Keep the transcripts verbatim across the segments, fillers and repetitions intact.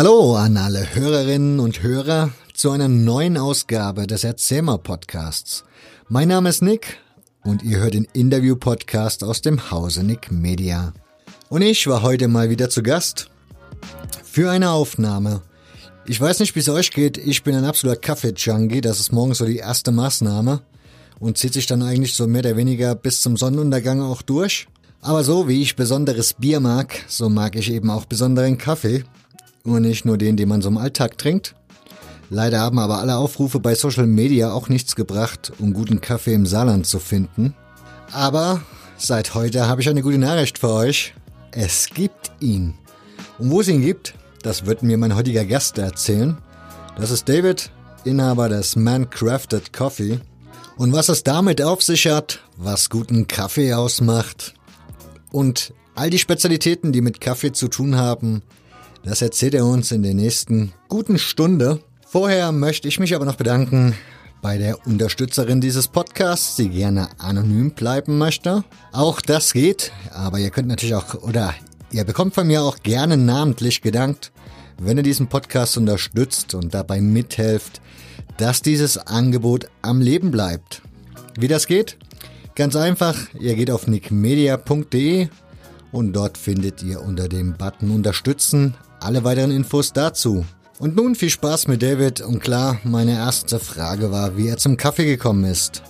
Hallo an alle Hörerinnen und Hörer zu einer neuen Ausgabe des Erzählmer-Podcasts. Mein Name ist Nick und ihr hört den Interview-Podcast aus dem Hause Nick Media. Und ich war heute mal wieder zu Gast für eine Aufnahme. Ich weiß nicht, wie es euch geht, ich bin ein absoluter Kaffee-Junkie, das ist morgens so die erste Maßnahme und zieht sich dann eigentlich so mehr oder weniger bis zum Sonnenuntergang auch durch. Aber so wie ich besonderes Bier mag, so mag ich eben auch besonderen Kaffee. Und nicht nur den, den man so im Alltag trinkt. Leider haben aber alle Aufrufe bei Social Media auch nichts gebracht, um guten Kaffee im Saarland zu finden. Aber seit heute habe ich eine gute Nachricht für euch. Es gibt ihn. Und wo es ihn gibt, das wird mir mein heutiger Gast erzählen. Das ist David, Inhaber des Man Crafted Coffee. Und was es damit auf sich hat, was guten Kaffee ausmacht und all die Spezialitäten, die mit Kaffee zu tun haben, das erzählt er uns in der nächsten guten Stunde. Vorher möchte ich mich aber noch bedanken bei der Unterstützerin dieses Podcasts, die gerne anonym bleiben möchte. Auch das geht, aber ihr könnt natürlich auch, oder ihr bekommt von mir auch gerne namentlich gedankt, wenn ihr diesen Podcast unterstützt und dabei mithelft, dass dieses Angebot am Leben bleibt. Wie das geht? Ganz einfach, ihr geht auf nickmedia punkt de und dort findet ihr unter dem Button Unterstützen alle weiteren Infos dazu. Und nun viel Spaß mit David und klar, meine erste Frage war, wie er zum Kaffee gekommen ist.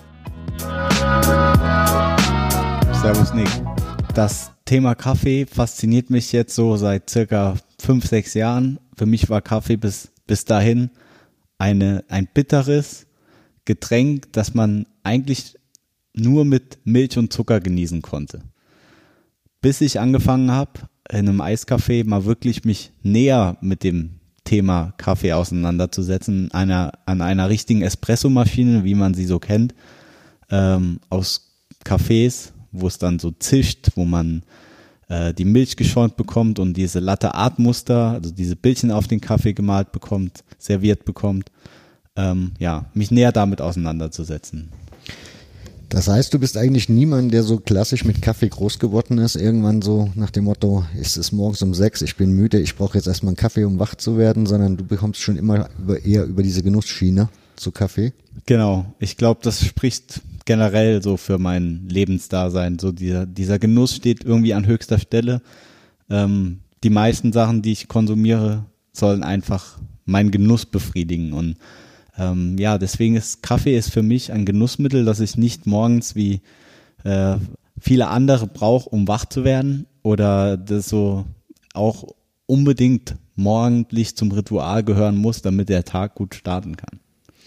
Servus Nick. Das Thema Kaffee fasziniert mich jetzt so seit circa fünf, sechs Jahren. Für mich war Kaffee bis, bis dahin eine, ein bitteres Getränk, das man eigentlich nur mit Milch und Zucker genießen konnte. Bis ich angefangen habe, in einem Eiscafé mal wirklich mich näher mit dem Thema Kaffee auseinanderzusetzen, einer, an einer richtigen Espressomaschine, wie man sie so kennt, ähm, aus Cafés, wo es dann so zischt, wo man äh, die Milch geschäumt bekommt und diese Latte Art Muster, also diese Bildchen auf den Kaffee gemalt bekommt, serviert bekommt, ähm, ja, mich näher damit auseinanderzusetzen. Das heißt, du bist eigentlich niemand, der so klassisch mit Kaffee groß geworden ist, irgendwann so nach dem Motto, es ist morgens um sechs, ich bin müde, ich brauche jetzt erstmal einen Kaffee, um wach zu werden, sondern du bekommst schon immer über, eher über diese Genussschiene zu Kaffee. Genau, ich glaube, das spricht generell so für mein Lebensdasein, so dieser, dieser Genuss steht irgendwie an höchster Stelle. Ähm, die meisten Sachen, die ich konsumiere, sollen einfach meinen Genuss befriedigen und Ähm, ja, deswegen ist Kaffee ist für mich ein Genussmittel, das ich nicht morgens wie äh, viele andere brauche, um wach zu werden oder das so auch unbedingt morgendlich zum Ritual gehören muss, damit der Tag gut starten kann.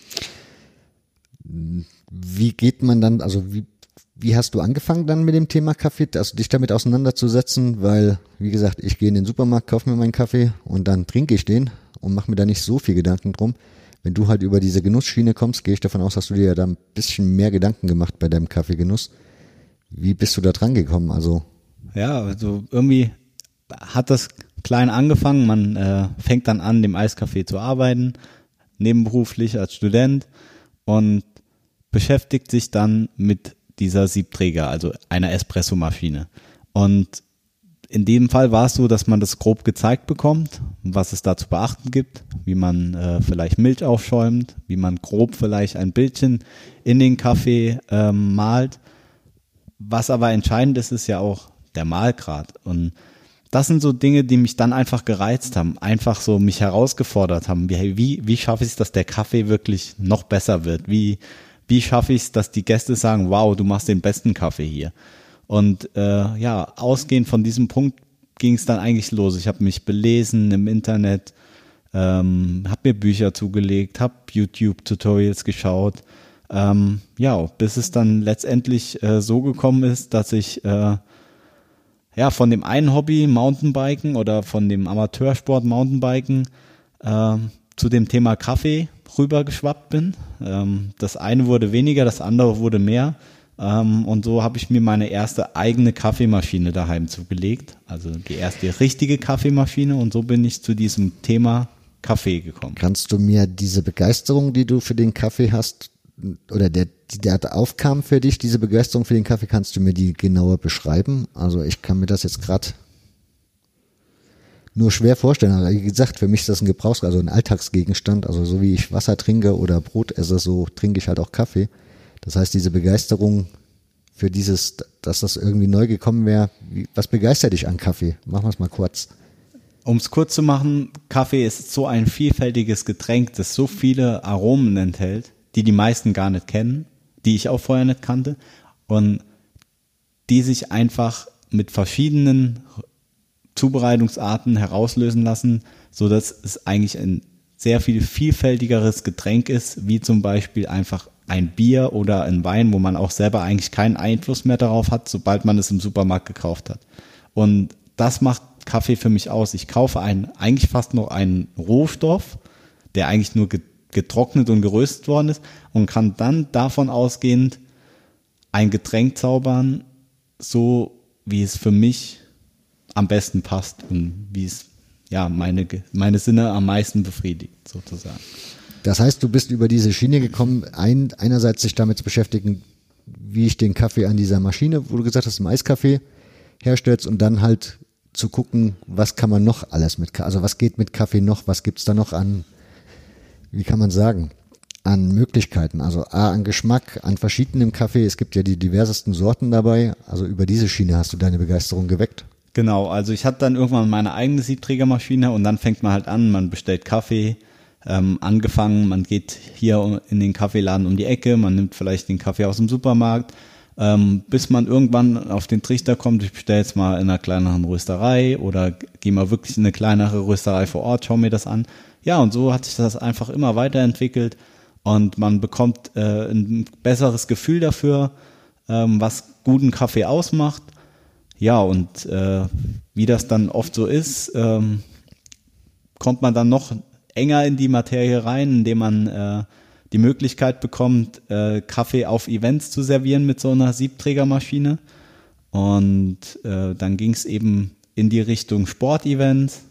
Wie geht man dann, also wie, wie hast du angefangen dann mit dem Thema Kaffee, also dich damit auseinanderzusetzen, weil, wie gesagt, ich gehe in den Supermarkt, kaufe mir meinen Kaffee und dann trinke ich den und mache mir da nicht so viel Gedanken drum. Wenn du halt über diese Genussschiene kommst, gehe ich davon aus, hast du dir ja da ein bisschen mehr Gedanken gemacht bei deinem Kaffeegenuss. Wie bist du da dran gekommen? Also ja, also irgendwie hat das klein angefangen. Man äh, fängt dann an, dem Eiscafé zu arbeiten, nebenberuflich als Student und beschäftigt sich dann mit dieser Siebträger, also einer Espressomaschine. Und in dem Fall war es so, dass man das grob gezeigt bekommt, was es da zu beachten gibt, wie man äh, vielleicht Milch aufschäumt, wie man grob vielleicht ein Bildchen in den Kaffee ähm, malt. Was aber entscheidend ist, ist ja auch der Mahlgrad. Und das sind so Dinge, die mich dann einfach gereizt haben, einfach so mich herausgefordert haben. Wie, wie, wie schaffe ich es, dass der Kaffee wirklich noch besser wird? Wie, wie schaffe ich es, dass die Gäste sagen, wow, du machst den besten Kaffee hier? Und äh, ja, ausgehend von diesem Punkt ging es dann eigentlich los. Ich habe mich belesen im Internet, ähm, habe mir Bücher zugelegt, habe YouTube-Tutorials geschaut. Ähm, ja, bis es dann letztendlich äh, so gekommen ist, dass ich äh, ja von dem einen Hobby Mountainbiken oder von dem Amateursport Mountainbiken äh, zu dem Thema Kaffee rübergeschwappt bin. Ähm, das eine wurde weniger, das andere wurde mehr. Um, und so habe ich mir meine erste eigene Kaffeemaschine daheim zugelegt, also die erste richtige Kaffeemaschine und so bin ich zu diesem Thema Kaffee gekommen. Kannst du mir diese Begeisterung, die du für den Kaffee hast, oder der, die der aufkam für dich, diese Begeisterung für den Kaffee, kannst du mir die genauer beschreiben? Also ich kann mir das jetzt gerade nur schwer vorstellen. Also wie gesagt, für mich ist das ein Gebrauchs-, also ein Alltagsgegenstand. Also so wie ich Wasser trinke oder Brot esse, so trinke ich halt auch Kaffee. Das heißt, diese Begeisterung für dieses, dass das irgendwie neu gekommen wäre, wie, was begeistert dich an Kaffee? Machen wir es mal kurz. Um es kurz zu machen, Kaffee ist so ein vielfältiges Getränk, das so viele Aromen enthält, die die meisten gar nicht kennen, die ich auch vorher nicht kannte und die sich einfach mit verschiedenen Zubereitungsarten herauslösen lassen, sodass es eigentlich ein sehr viel vielfältigeres Getränk ist, wie zum Beispiel einfach ein Bier oder ein Wein, wo man auch selber eigentlich keinen Einfluss mehr darauf hat, sobald man es im Supermarkt gekauft hat. Und das macht Kaffee für mich aus. Ich kaufe einen, eigentlich fast noch einen Rohstoff, der eigentlich nur getrocknet und geröstet worden ist und kann dann davon ausgehend ein Getränk zaubern, so wie es für mich am besten passt und wie es ja meine, meine Sinne am meisten befriedigt, sozusagen. Das heißt, du bist über diese Schiene gekommen, ein, einerseits sich damit zu beschäftigen, wie ich den Kaffee an dieser Maschine, wo du gesagt hast, im Eiskaffee herstellst und dann halt zu gucken, was kann man noch alles mit Kaffee, also was geht mit Kaffee noch, was gibt's da noch an, wie kann man sagen, an Möglichkeiten, also A, an Geschmack, an verschiedenem Kaffee, es gibt ja die diversesten Sorten dabei, also über diese Schiene hast du deine Begeisterung geweckt. Genau, also ich hatte dann irgendwann meine eigene Siebträgermaschine und dann fängt man halt an, man bestellt Kaffee, ähm, angefangen, man geht hier in den Kaffeeladen um die Ecke, man nimmt vielleicht den Kaffee aus dem Supermarkt, Ähm, bis man irgendwann auf den Trichter kommt, ich bestelle jetzt mal in einer kleineren Rösterei oder gehe mal wirklich in eine kleinere Rösterei vor Ort, schaue mir das an. Ja, und so hat sich das einfach immer weiterentwickelt und man bekommt äh, ein besseres Gefühl dafür, ähm, was guten Kaffee ausmacht. Ja, und äh, wie das dann oft so ist, ähm, kommt man dann noch enger in die Materie rein, indem man äh, die Möglichkeit bekommt, äh, Kaffee auf Events zu servieren mit so einer Siebträgermaschine. Und äh, dann ging es eben in die Richtung Sportevents.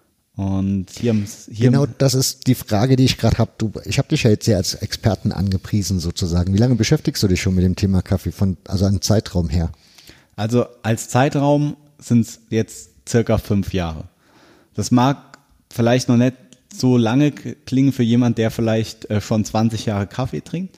Und hier, hier genau, das ist die Frage, die ich gerade habe. Ich habe dich ja jetzt sehr als Experten angepriesen sozusagen. Wie lange beschäftigst du dich schon mit dem Thema Kaffee, von, also einem Zeitraum her? Also als Zeitraum sind es jetzt circa fünf Jahre. Das mag vielleicht noch nicht so lange klingen für jemand, der vielleicht äh, schon zwanzig Jahre Kaffee trinkt.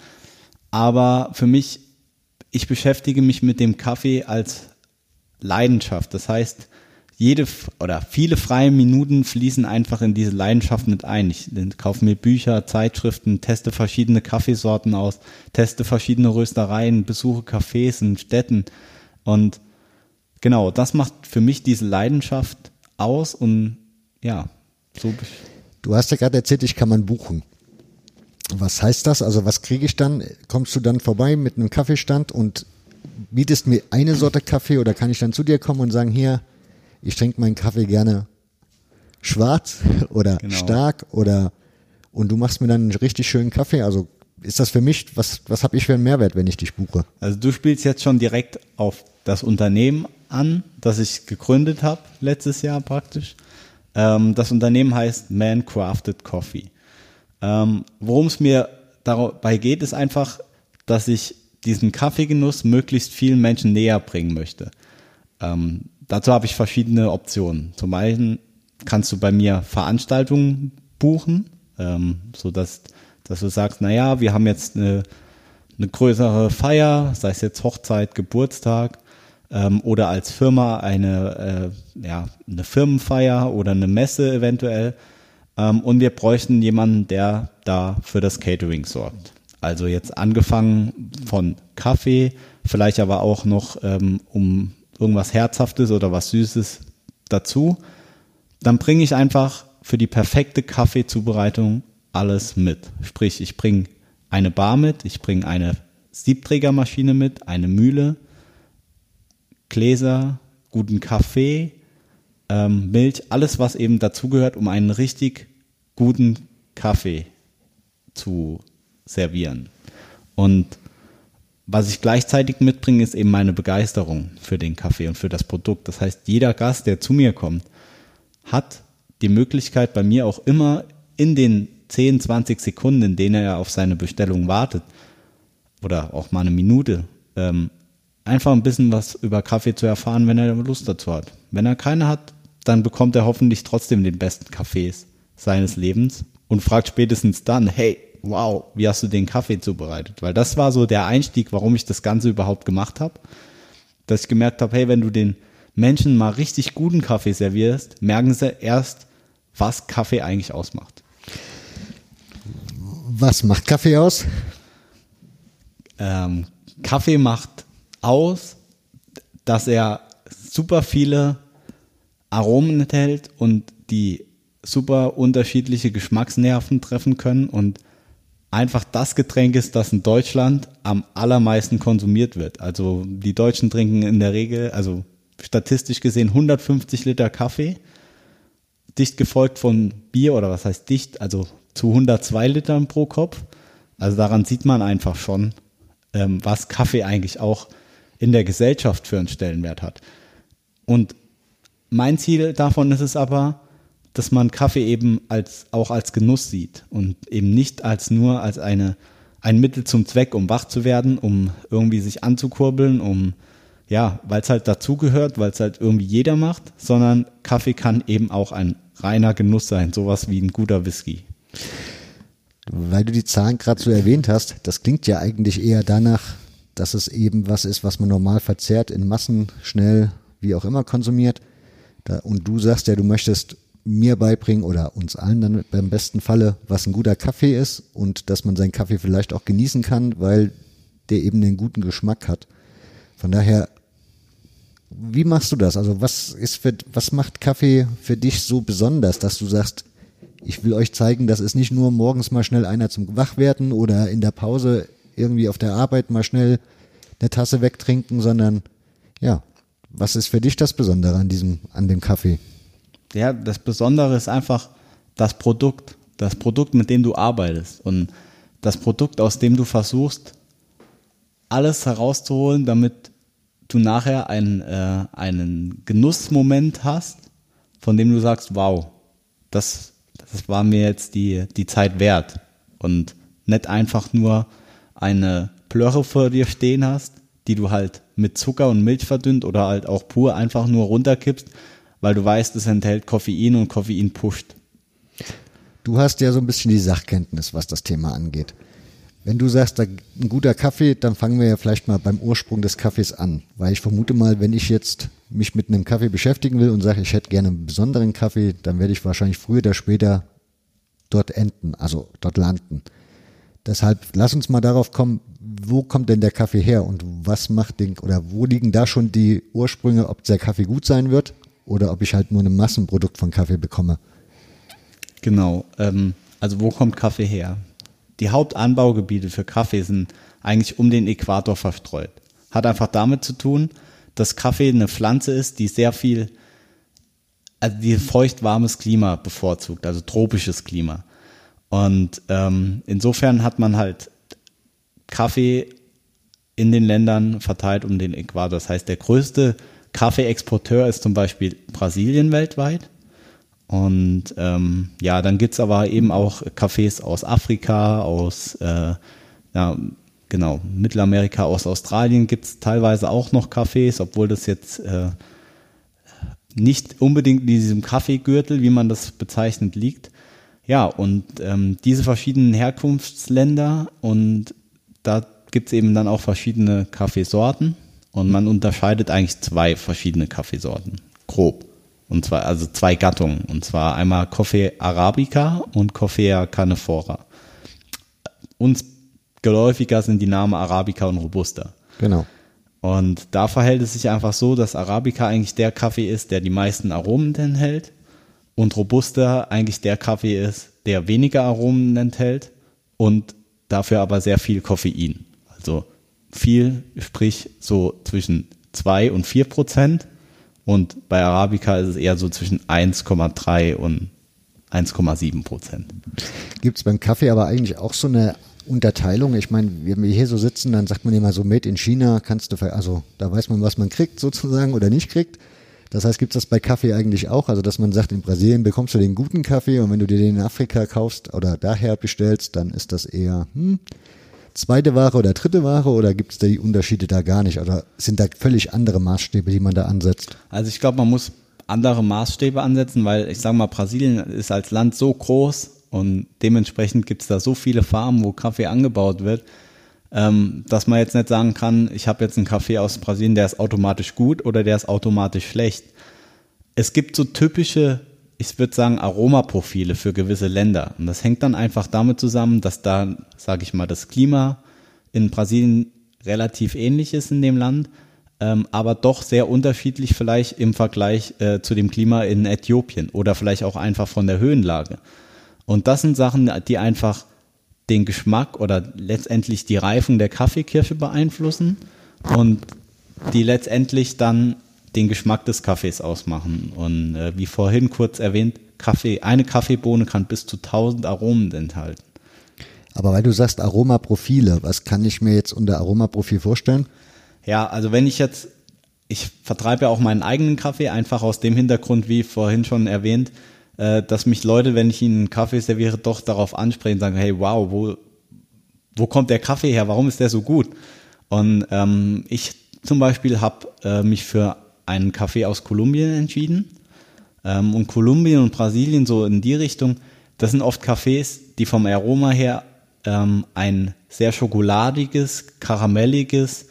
Aber für mich, ich beschäftige mich mit dem Kaffee als Leidenschaft. Das heißt, jede oder viele freie Minuten fließen einfach in diese Leidenschaft mit ein. Ich kaufe mir Bücher, Zeitschriften, teste verschiedene Kaffeesorten aus, teste verschiedene Röstereien, besuche Cafés in Städten. Und genau, das macht für mich diese Leidenschaft aus und ja, so. Du hast ja gerade erzählt, ich kann man buchen. Was heißt das? Also was kriege ich dann? Kommst du dann vorbei mit einem Kaffeestand und bietest mir eine Sorte Kaffee oder kann ich dann zu dir kommen und sagen, hier, ich trinke meinen Kaffee gerne schwarz oder genau. stark oder und du machst mir dann einen richtig schönen Kaffee? Also ist das für mich, was, was habe ich für einen Mehrwert, wenn ich dich buche? Also du spielst jetzt schon direkt auf das Unternehmen an, das ich gegründet habe, letztes Jahr praktisch. Ähm, das Unternehmen heißt Man Crafted Coffee. Ähm, worum es mir dabei geht, ist einfach, dass ich diesen Kaffeegenuss möglichst vielen Menschen näher bringen möchte. Ähm, dazu habe ich verschiedene Optionen. Zum einen kannst du bei mir Veranstaltungen buchen, ähm, so dass, dass du sagst, naja, wir haben jetzt eine, eine größere Feier, sei es jetzt Hochzeit, Geburtstag, ähm, oder als Firma eine, äh, ja, eine Firmenfeier oder eine Messe eventuell. Ähm, und wir bräuchten jemanden, der da für das Catering sorgt. Also jetzt angefangen von Kaffee, vielleicht aber auch noch ähm, um irgendwas Herzhaftes oder was Süßes dazu. Dann bringe ich einfach für die perfekte Kaffeezubereitung alles mit. Sprich, ich bringe eine Bar mit, ich bringe eine Siebträgermaschine mit, eine Mühle, Gläser, guten Kaffee, ähm, Milch, alles was eben dazugehört, um einen richtig guten Kaffee zu servieren. Und was ich gleichzeitig mitbringe, ist eben meine Begeisterung für den Kaffee und für das Produkt. Das heißt, jeder Gast, der zu mir kommt, hat die Möglichkeit, bei mir auch immer in den zehn, zwanzig Sekunden, in denen er auf seine Bestellung wartet, oder auch mal eine Minute, ähm, einfach ein bisschen was über Kaffee zu erfahren, wenn er Lust dazu hat. Wenn er keine hat, dann bekommt er hoffentlich trotzdem den besten Kaffee seines Lebens und fragt spätestens dann, hey, wow, wie hast du den Kaffee zubereitet? Weil das war so der Einstieg, warum ich das Ganze überhaupt gemacht habe, dass ich gemerkt habe, hey, wenn du den Menschen mal richtig guten Kaffee servierst, merken sie erst, was Kaffee eigentlich ausmacht. Was macht Kaffee aus? Ähm, Kaffee macht aus, dass er super viele Aromen enthält und die super unterschiedliche Geschmacksnerven treffen können und einfach das Getränk ist, das in Deutschland am allermeisten konsumiert wird. Also die Deutschen trinken in der Regel, also statistisch gesehen hundertfünfzig Liter Kaffee, dicht gefolgt von Bier oder was heißt dicht, also zu hundertzwei Litern pro Kopf. Also daran sieht man einfach schon, ähm, was Kaffee eigentlich auch in der Gesellschaft für einen Stellenwert hat. Und mein Ziel davon ist es aber, dass man Kaffee eben als auch als Genuss sieht und eben nicht als nur als eine ein Mittel zum Zweck, um wach zu werden, um irgendwie sich anzukurbeln, um ja, weil es halt dazugehört, weil es halt irgendwie jeder macht, sondern Kaffee kann eben auch ein reiner Genuss sein, sowas wie ein guter Whisky. Weil du die Zahlen gerade so erwähnt hast, das klingt ja eigentlich eher danach, dass es eben was ist, was man normal verzehrt, in Massen, schnell, wie auch immer konsumiert. Da, und du sagst ja, du möchtest mir beibringen oder uns allen dann beim besten Falle, was ein guter Kaffee ist und dass man seinen Kaffee vielleicht auch genießen kann, weil der eben den guten Geschmack hat. Von daher, wie machst du das? Also was ist für, was macht Kaffee für dich so besonders, dass du sagst, ich will euch zeigen, das ist nicht nur morgens mal schnell einer zum Wachwerden oder in der Pause irgendwie auf der Arbeit mal schnell eine Tasse wegtrinken, sondern ja, was ist für dich das Besondere an diesem, an dem Kaffee? Ja, das Besondere ist einfach das Produkt, das Produkt, mit dem du arbeitest und das Produkt, aus dem du versuchst, alles herauszuholen, damit du nachher einen, äh, einen Genussmoment hast, von dem du sagst, wow, das, das war mir jetzt die, die Zeit wert und nicht einfach nur eine Plörre vor dir stehen hast, die du halt mit Zucker und Milch verdünnt oder halt auch pur einfach nur runterkippst, weil du weißt, es enthält Koffein und Koffein pusht. Du hast ja so ein bisschen die Sachkenntnis, was das Thema angeht. Wenn du sagst, ein guter Kaffee, dann fangen wir ja vielleicht mal beim Ursprung des Kaffees an. Weil ich vermute mal, wenn ich jetzt mich mit einem Kaffee beschäftigen will und sage, ich hätte gerne einen besonderen Kaffee, dann werde ich wahrscheinlich früher oder später dort enden, also dort landen. Deshalb lass uns mal darauf kommen, wo kommt denn der Kaffee her und was macht den, oder wo liegen da schon die Ursprünge, ob der Kaffee gut sein wird oder ob ich halt nur ein Massenprodukt von Kaffee bekomme. Genau, ähm, also wo kommt Kaffee her? Die Hauptanbaugebiete für Kaffee sind eigentlich um den Äquator verstreut. Hat einfach damit zu tun, dass Kaffee eine Pflanze ist, die sehr viel, also die feucht-warmes Klima bevorzugt, also tropisches Klima. Und ähm, insofern hat man halt Kaffee in den Ländern verteilt um den Äquator. Das heißt, der größte Kaffeeexporteur ist zum Beispiel Brasilien weltweit. Und ähm, ja, dann gibt's aber eben auch Kaffees aus Afrika, aus äh, ja, genau, Mittelamerika, aus Australien gibt's teilweise auch noch Kaffees, obwohl das jetzt äh, nicht unbedingt in diesem Kaffeegürtel, wie man das bezeichnet, liegt. Ja, und ähm, diese verschiedenen Herkunftsländer und da gibt's eben dann auch verschiedene Kaffeesorten und man unterscheidet eigentlich zwei verschiedene Kaffeesorten, grob. Und zwar, also zwei Gattungen. Und zwar einmal Coffea Arabica und Coffea Canephora. Uns geläufiger sind die Namen Arabica und Robusta. Genau. Und da verhält es sich einfach so, dass Arabica eigentlich der Kaffee ist, der die meisten Aromen enthält. Und Robusta eigentlich der Kaffee ist, der weniger Aromen enthält und dafür aber sehr viel Koffein. Also viel, sprich so zwischen zwei und vier Prozent. Und bei Arabica ist es eher so zwischen eins Komma drei und eins Komma sieben Prozent. Gibt es beim Kaffee aber eigentlich auch so eine Unterteilung? Ich meine, wenn wir hier so sitzen, dann sagt man immer so, made in China, kannst du, also da weiß man, was man kriegt sozusagen oder nicht kriegt. Das heißt, gibt es das bei Kaffee eigentlich auch? Also, dass man sagt, in Brasilien bekommst du den guten Kaffee und wenn du dir den in Afrika kaufst oder daher bestellst, dann ist das eher hm, zweite Ware oder dritte Ware oder gibt es da die Unterschiede da gar nicht? Oder sind da völlig andere Maßstäbe, die man da ansetzt? Also ich glaube, man muss andere Maßstäbe ansetzen, weil ich sage mal, Brasilien ist als Land so groß und dementsprechend gibt es da so viele Farmen, wo Kaffee angebaut wird, ähm, dass man jetzt nicht sagen kann, ich habe jetzt einen Kaffee aus Brasilien, der ist automatisch gut oder der ist automatisch schlecht. Es gibt so typische, ich würde sagen, Aromaprofile für gewisse Länder. Und das hängt dann einfach damit zusammen, dass da, sage ich mal, das Klima in Brasilien relativ ähnlich ist in dem Land, ähm, aber doch sehr unterschiedlich vielleicht im Vergleich äh, zu dem Klima in Äthiopien oder vielleicht auch einfach von der Höhenlage. Und das sind Sachen, die einfach den Geschmack oder letztendlich die Reifung der Kaffeekirsche beeinflussen und die letztendlich dann den Geschmack des Kaffees ausmachen. Und äh, wie vorhin kurz erwähnt, Kaffee, eine Kaffeebohne kann bis zu tausend Aromen enthalten. Aber weil du sagst Aromaprofile, was kann ich mir jetzt unter Aromaprofil vorstellen? Ja, also wenn ich jetzt, ich vertreibe ja auch meinen eigenen Kaffee, einfach aus dem Hintergrund, wie vorhin schon erwähnt, äh, dass mich Leute, wenn ich ihnen einen Kaffee serviere, doch darauf ansprechen, sagen, hey, wow, wo, wo kommt der Kaffee her, warum ist der so gut? Und ähm, ich zum Beispiel habe äh, mich für einen Kaffee aus Kolumbien entschieden. Ähm, und Kolumbien und Brasilien so in die Richtung, das sind oft Kaffees, die vom Aroma her ähm, ein sehr schokoladiges, karamelliges,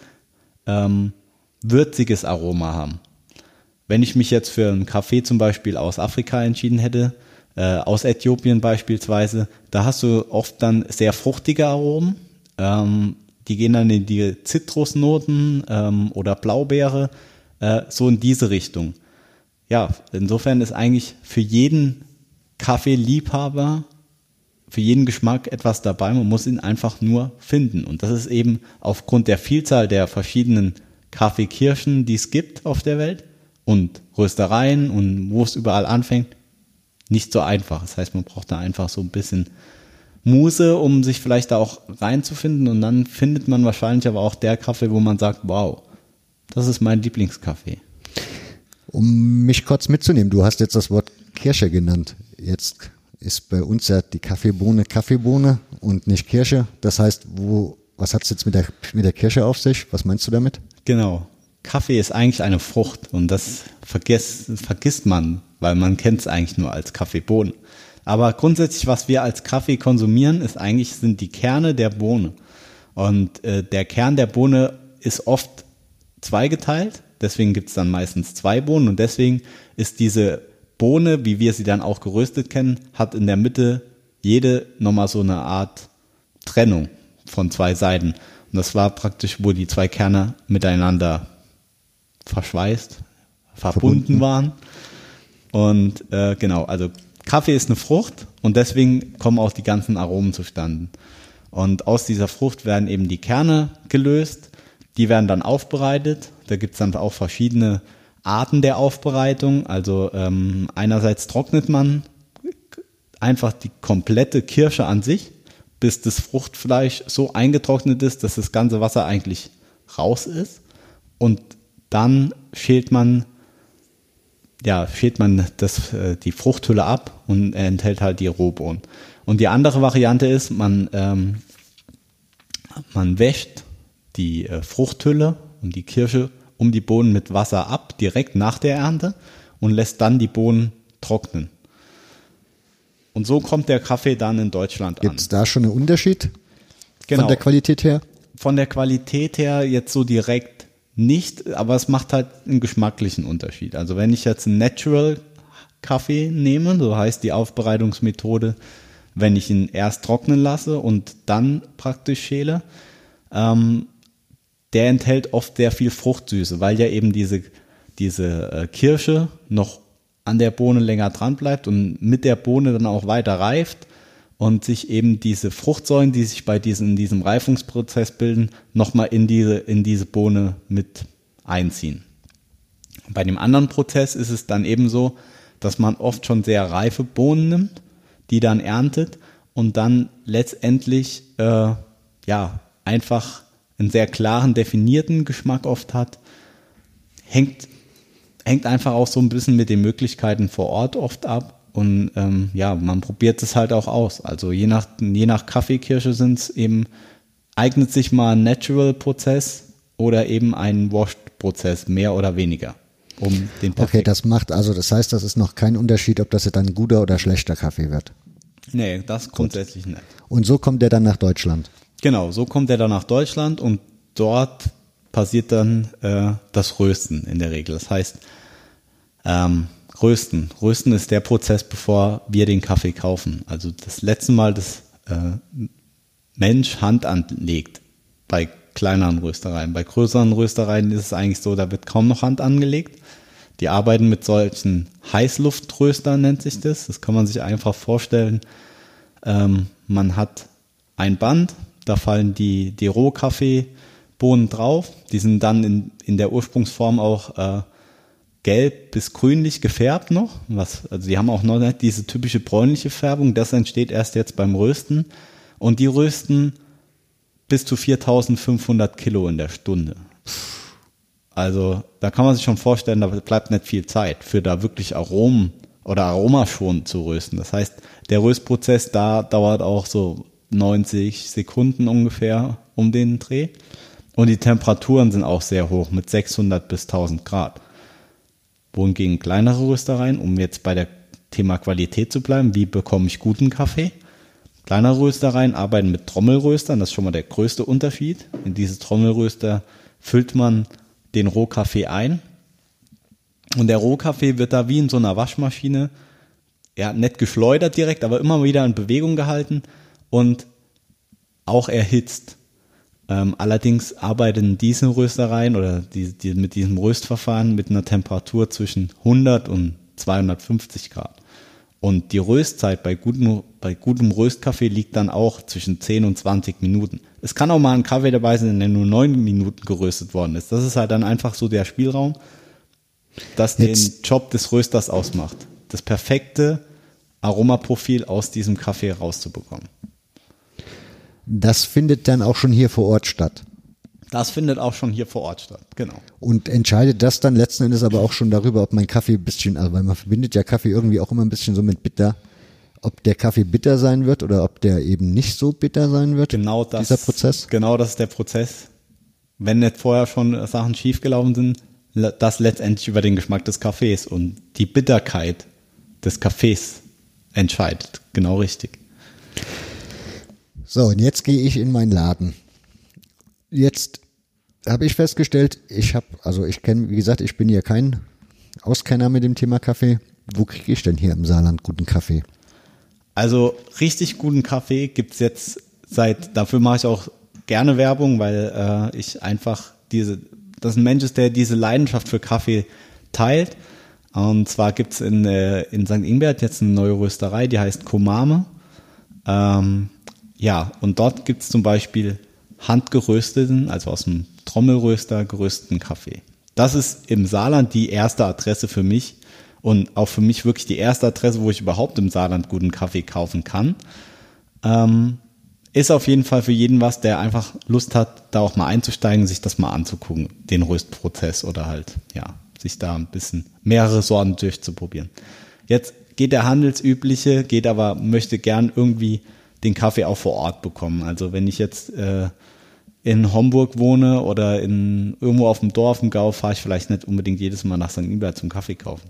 ähm, würziges Aroma haben. Wenn ich mich jetzt für einen Kaffee zum Beispiel aus Afrika entschieden hätte, äh, aus Äthiopien beispielsweise, da hast du oft dann sehr fruchtige Aromen, ähm, die gehen dann in die Zitrusnoten ähm, oder Blaubeere, äh, so in diese Richtung. Ja, insofern ist eigentlich für jeden Kaffeeliebhaber, für jeden Geschmack etwas dabei, man muss ihn einfach nur finden. Und das ist eben aufgrund der Vielzahl der verschiedenen Kaffeekirschen, die es gibt auf der Welt und Röstereien und wo es überall anfängt, nicht so einfach. Das heißt, man braucht da einfach so ein bisschen Muße, um sich vielleicht da auch reinzufinden und dann findet man wahrscheinlich aber auch der Kaffee, wo man sagt, wow, das ist mein Lieblingskaffee. Um mich kurz mitzunehmen, du hast jetzt das Wort Kirsche genannt. Jetzt ist bei uns ja die Kaffeebohne Kaffeebohne und nicht Kirsche. Das heißt, wo, was hat es jetzt mit der, mit der Kirsche auf sich? Was meinst du damit? Genau. Kaffee ist eigentlich eine Frucht und das vergisst, vergisst man, weil man kennt es eigentlich nur als Kaffeebohnen. Aber grundsätzlich, was wir als Kaffee konsumieren, ist eigentlich, sind die Kerne der Bohne. Und äh, der Kern der Bohne ist oft zweigeteilt, deswegen gibt es dann meistens zwei Bohnen und deswegen ist diese Bohne, wie wir sie dann auch geröstet kennen, hat in der Mitte jede nochmal so eine Art Trennung von zwei Seiten. Und das war praktisch, wo die zwei Kerne miteinander verschweißt, verbunden, verbunden. waren. Und äh, genau, also Kaffee ist eine Frucht und deswegen kommen auch die ganzen Aromen zustande. Und aus dieser Frucht werden eben die Kerne gelöst, die werden dann aufbereitet. Da gibt es dann auch verschiedene Arten der Aufbereitung. Also ähm, einerseits trocknet man einfach die komplette Kirsche an sich, bis das Fruchtfleisch so eingetrocknet ist, dass das ganze Wasser eigentlich raus ist. Und dann schält man, ja, schält man das, äh, die Fruchthülle ab und enthält halt die Rohbohnen. Und die andere Variante ist, man, ähm, man wäscht die äh, Fruchthülle und die Kirsche um die Bohnen mit Wasser ab, direkt nach der Ernte und lässt dann die Bohnen trocknen. Und so kommt der Kaffee dann in Deutschland an. Gibt es da schon einen Unterschied genau. von der Qualität her? Von der Qualität her jetzt so direkt nicht, aber es macht halt einen geschmacklichen Unterschied. Also wenn ich jetzt einen Natural Kaffee nehme, so heißt die Aufbereitungsmethode, wenn ich ihn erst trocknen lasse und dann praktisch schäle, ähm, der enthält oft sehr viel Fruchtsüße, weil ja eben diese, diese äh, Kirsche noch an der Bohne länger dran bleibt und mit der Bohne dann auch weiter reift und sich eben diese Fruchtsäuren, die sich bei diesem, in diesem Reifungsprozess bilden, nochmal in diese, in diese Bohne mit einziehen. Bei dem anderen Prozess ist es dann eben so, dass man oft schon sehr reife Bohnen nimmt, die dann erntet und dann letztendlich äh, ja einfach einen sehr klaren, definierten Geschmack oft hat, hängt, hängt einfach auch so ein bisschen mit den Möglichkeiten vor Ort oft ab und ähm, ja, man probiert es halt auch aus. Also je nach, je nach Kaffeekirsche sind es eben, eignet sich mal ein Natural-Prozess oder eben ein Washed-Prozess, mehr oder weniger. um den perfekten. Okay, das macht, also das heißt, das ist noch kein Unterschied, ob das jetzt ein guter oder schlechter Kaffee wird. Nee, das grundsätzlich nicht. Und so kommt der dann nach Deutschland? Genau, so kommt der dann nach Deutschland und dort passiert dann äh, das Rösten in der Regel. Das heißt, ähm, Rösten. Rösten ist der Prozess, bevor wir den Kaffee kaufen. Also das letzte Mal, dass äh, Mensch Hand anlegt bei kleineren Röstereien. Bei größeren Röstereien ist es eigentlich so, da wird kaum noch Hand angelegt. Die arbeiten mit solchen Heißluftröstern, nennt sich das. Das kann man sich einfach vorstellen. Ähm, man hat ein Band, da fallen die, die Rohkaffeebohnen drauf. Die sind dann in, in der Ursprungsform auch äh, gelb bis grünlich gefärbt noch. Was, also die haben auch noch nicht diese typische bräunliche Färbung. Das entsteht erst jetzt beim Rösten. Und die rösten bis zu viertausendfünfhundert Kilo in der Stunde. Also da kann man sich schon vorstellen, da bleibt nicht viel Zeit für da wirklich Aromen oder Aromaschonend zu rösten. Das heißt, der Röstprozess da dauert auch so neunzig Sekunden ungefähr um den Dreh. Und die Temperaturen sind auch sehr hoch mit sechshundert bis tausend Grad. Wohingegen kleinere Röstereien, um jetzt bei der Thema Qualität zu bleiben, wie bekomme ich guten Kaffee? Kleinere Röstereien arbeiten mit Trommelröstern, das ist schon mal der größte Unterschied. In diese Trommelröster füllt man den Rohkaffee ein und der Rohkaffee wird da wie in so einer Waschmaschine, ja, nicht geschleudert direkt, aber immer wieder in Bewegung gehalten und auch erhitzt. Ähm, allerdings arbeiten diese Röstereien oder die, die mit diesem Röstverfahren mit einer Temperatur zwischen hundert und zweihundertfünfzig Grad. Und die Röstzeit bei gutem, bei gutem Röstkaffee liegt dann auch zwischen zehn und zwanzig Minuten. Es kann auch mal ein Kaffee dabei sein, der nur neun Minuten geröstet worden ist. Das ist halt dann einfach so der Spielraum, das den Jetzt. Job des Rösters ausmacht. Das perfekte Aromaprofil aus diesem Kaffee rauszubekommen. Das findet dann auch schon hier vor Ort statt. Das findet auch schon hier vor Ort statt, genau. Und entscheidet das dann letzten Endes aber auch schon darüber, ob mein Kaffee ein bisschen, also weil man verbindet ja Kaffee irgendwie auch immer ein bisschen so mit bitter, ob der Kaffee bitter sein wird oder ob der eben nicht so bitter sein wird, genau das, dieser Prozess? Genau das ist der Prozess. Wenn nicht vorher schon Sachen schiefgelaufen sind, das letztendlich über den Geschmack des Kaffees und die Bitterkeit des Kaffees entscheidet. Genau richtig. So, und jetzt gehe ich in meinen Laden. Jetzt habe ich festgestellt, ich habe, also ich kenne, wie gesagt, ich bin hier kein Auskenner mit dem Thema Kaffee. Wo kriege ich denn hier im Saarland guten Kaffee? Also richtig guten Kaffee gibt's jetzt seit, dafür mache ich auch gerne Werbung, weil äh, ich einfach diese, das ein Mensch ist, der diese Leidenschaft für Kaffee teilt. Und zwar gibt's in, äh, in Sankt Ingbert jetzt eine neue Rösterei, die heißt Komame. Ähm, ja, und dort gibt's zum Beispiel handgerösteten, also aus dem Trommelröster gerösteten Kaffee. Das ist im Saarland die erste Adresse für mich und auch für mich wirklich die erste Adresse, wo ich überhaupt im Saarland guten Kaffee kaufen kann. Ähm, ist auf jeden Fall für jeden was, der einfach Lust hat, da auch mal einzusteigen, sich das mal anzugucken, den Röstprozess oder halt, ja, sich da ein bisschen mehrere Sorten durchzuprobieren. Jetzt geht der Handelsübliche, geht aber, möchte gern irgendwie den Kaffee auch vor Ort bekommen. Also wenn ich jetzt äh, in Homburg wohne oder in irgendwo auf dem Dorf im Gau, fahre ich vielleicht nicht unbedingt jedes Mal nach Sankt Ingbert zum Kaffee kaufen.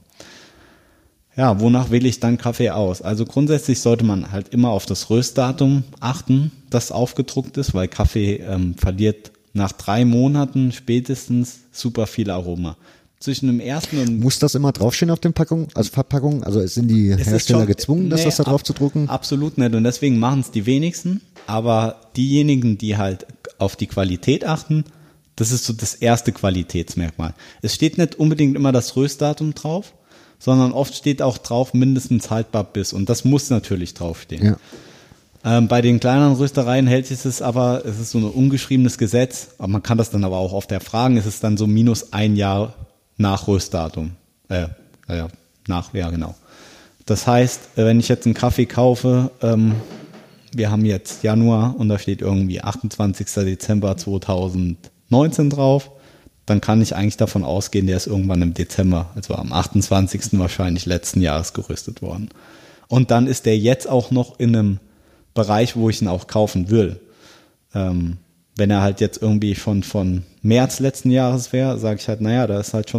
Ja, wonach wähle ich dann Kaffee aus? Also grundsätzlich sollte man halt immer auf das Röstdatum achten, das aufgedruckt ist, weil Kaffee ähm, verliert nach drei Monaten spätestens super viel Aroma. Zwischen dem ersten und... Muss das immer draufstehen auf den Packungen, also Verpackungen? Also sind die Hersteller schon, gezwungen, das, nee, das da drauf ab, zu drucken? Absolut nicht und deswegen machen es die wenigsten. Aber diejenigen, die halt auf die Qualität achten, das ist so das erste Qualitätsmerkmal. Es steht nicht unbedingt immer das Röstdatum drauf, sondern oft steht auch drauf mindestens haltbar bis und das muss natürlich draufstehen. Ja. Ähm, bei den kleineren Röstereien hält es es aber, es ist so ein ungeschriebenes Gesetz, aber man kann das dann aber auch oft erfragen, es ist dann so minus ein Jahr nach Röstdatum. Äh, ja, nach, ja genau. Das heißt, wenn ich jetzt einen Kaffee kaufe, ähm, wir haben jetzt Januar und da steht irgendwie achtundzwanzigster Dezember zweitausendneunzehn drauf, dann kann ich eigentlich davon ausgehen, der ist irgendwann im Dezember, also am achtundzwanzigsten wahrscheinlich letzten Jahres geröstet worden. Und dann ist der jetzt auch noch in einem Bereich, wo ich ihn auch kaufen will. Ähm, wenn er halt jetzt irgendwie schon von März letzten Jahres wäre, sage ich halt, naja, da ist halt schon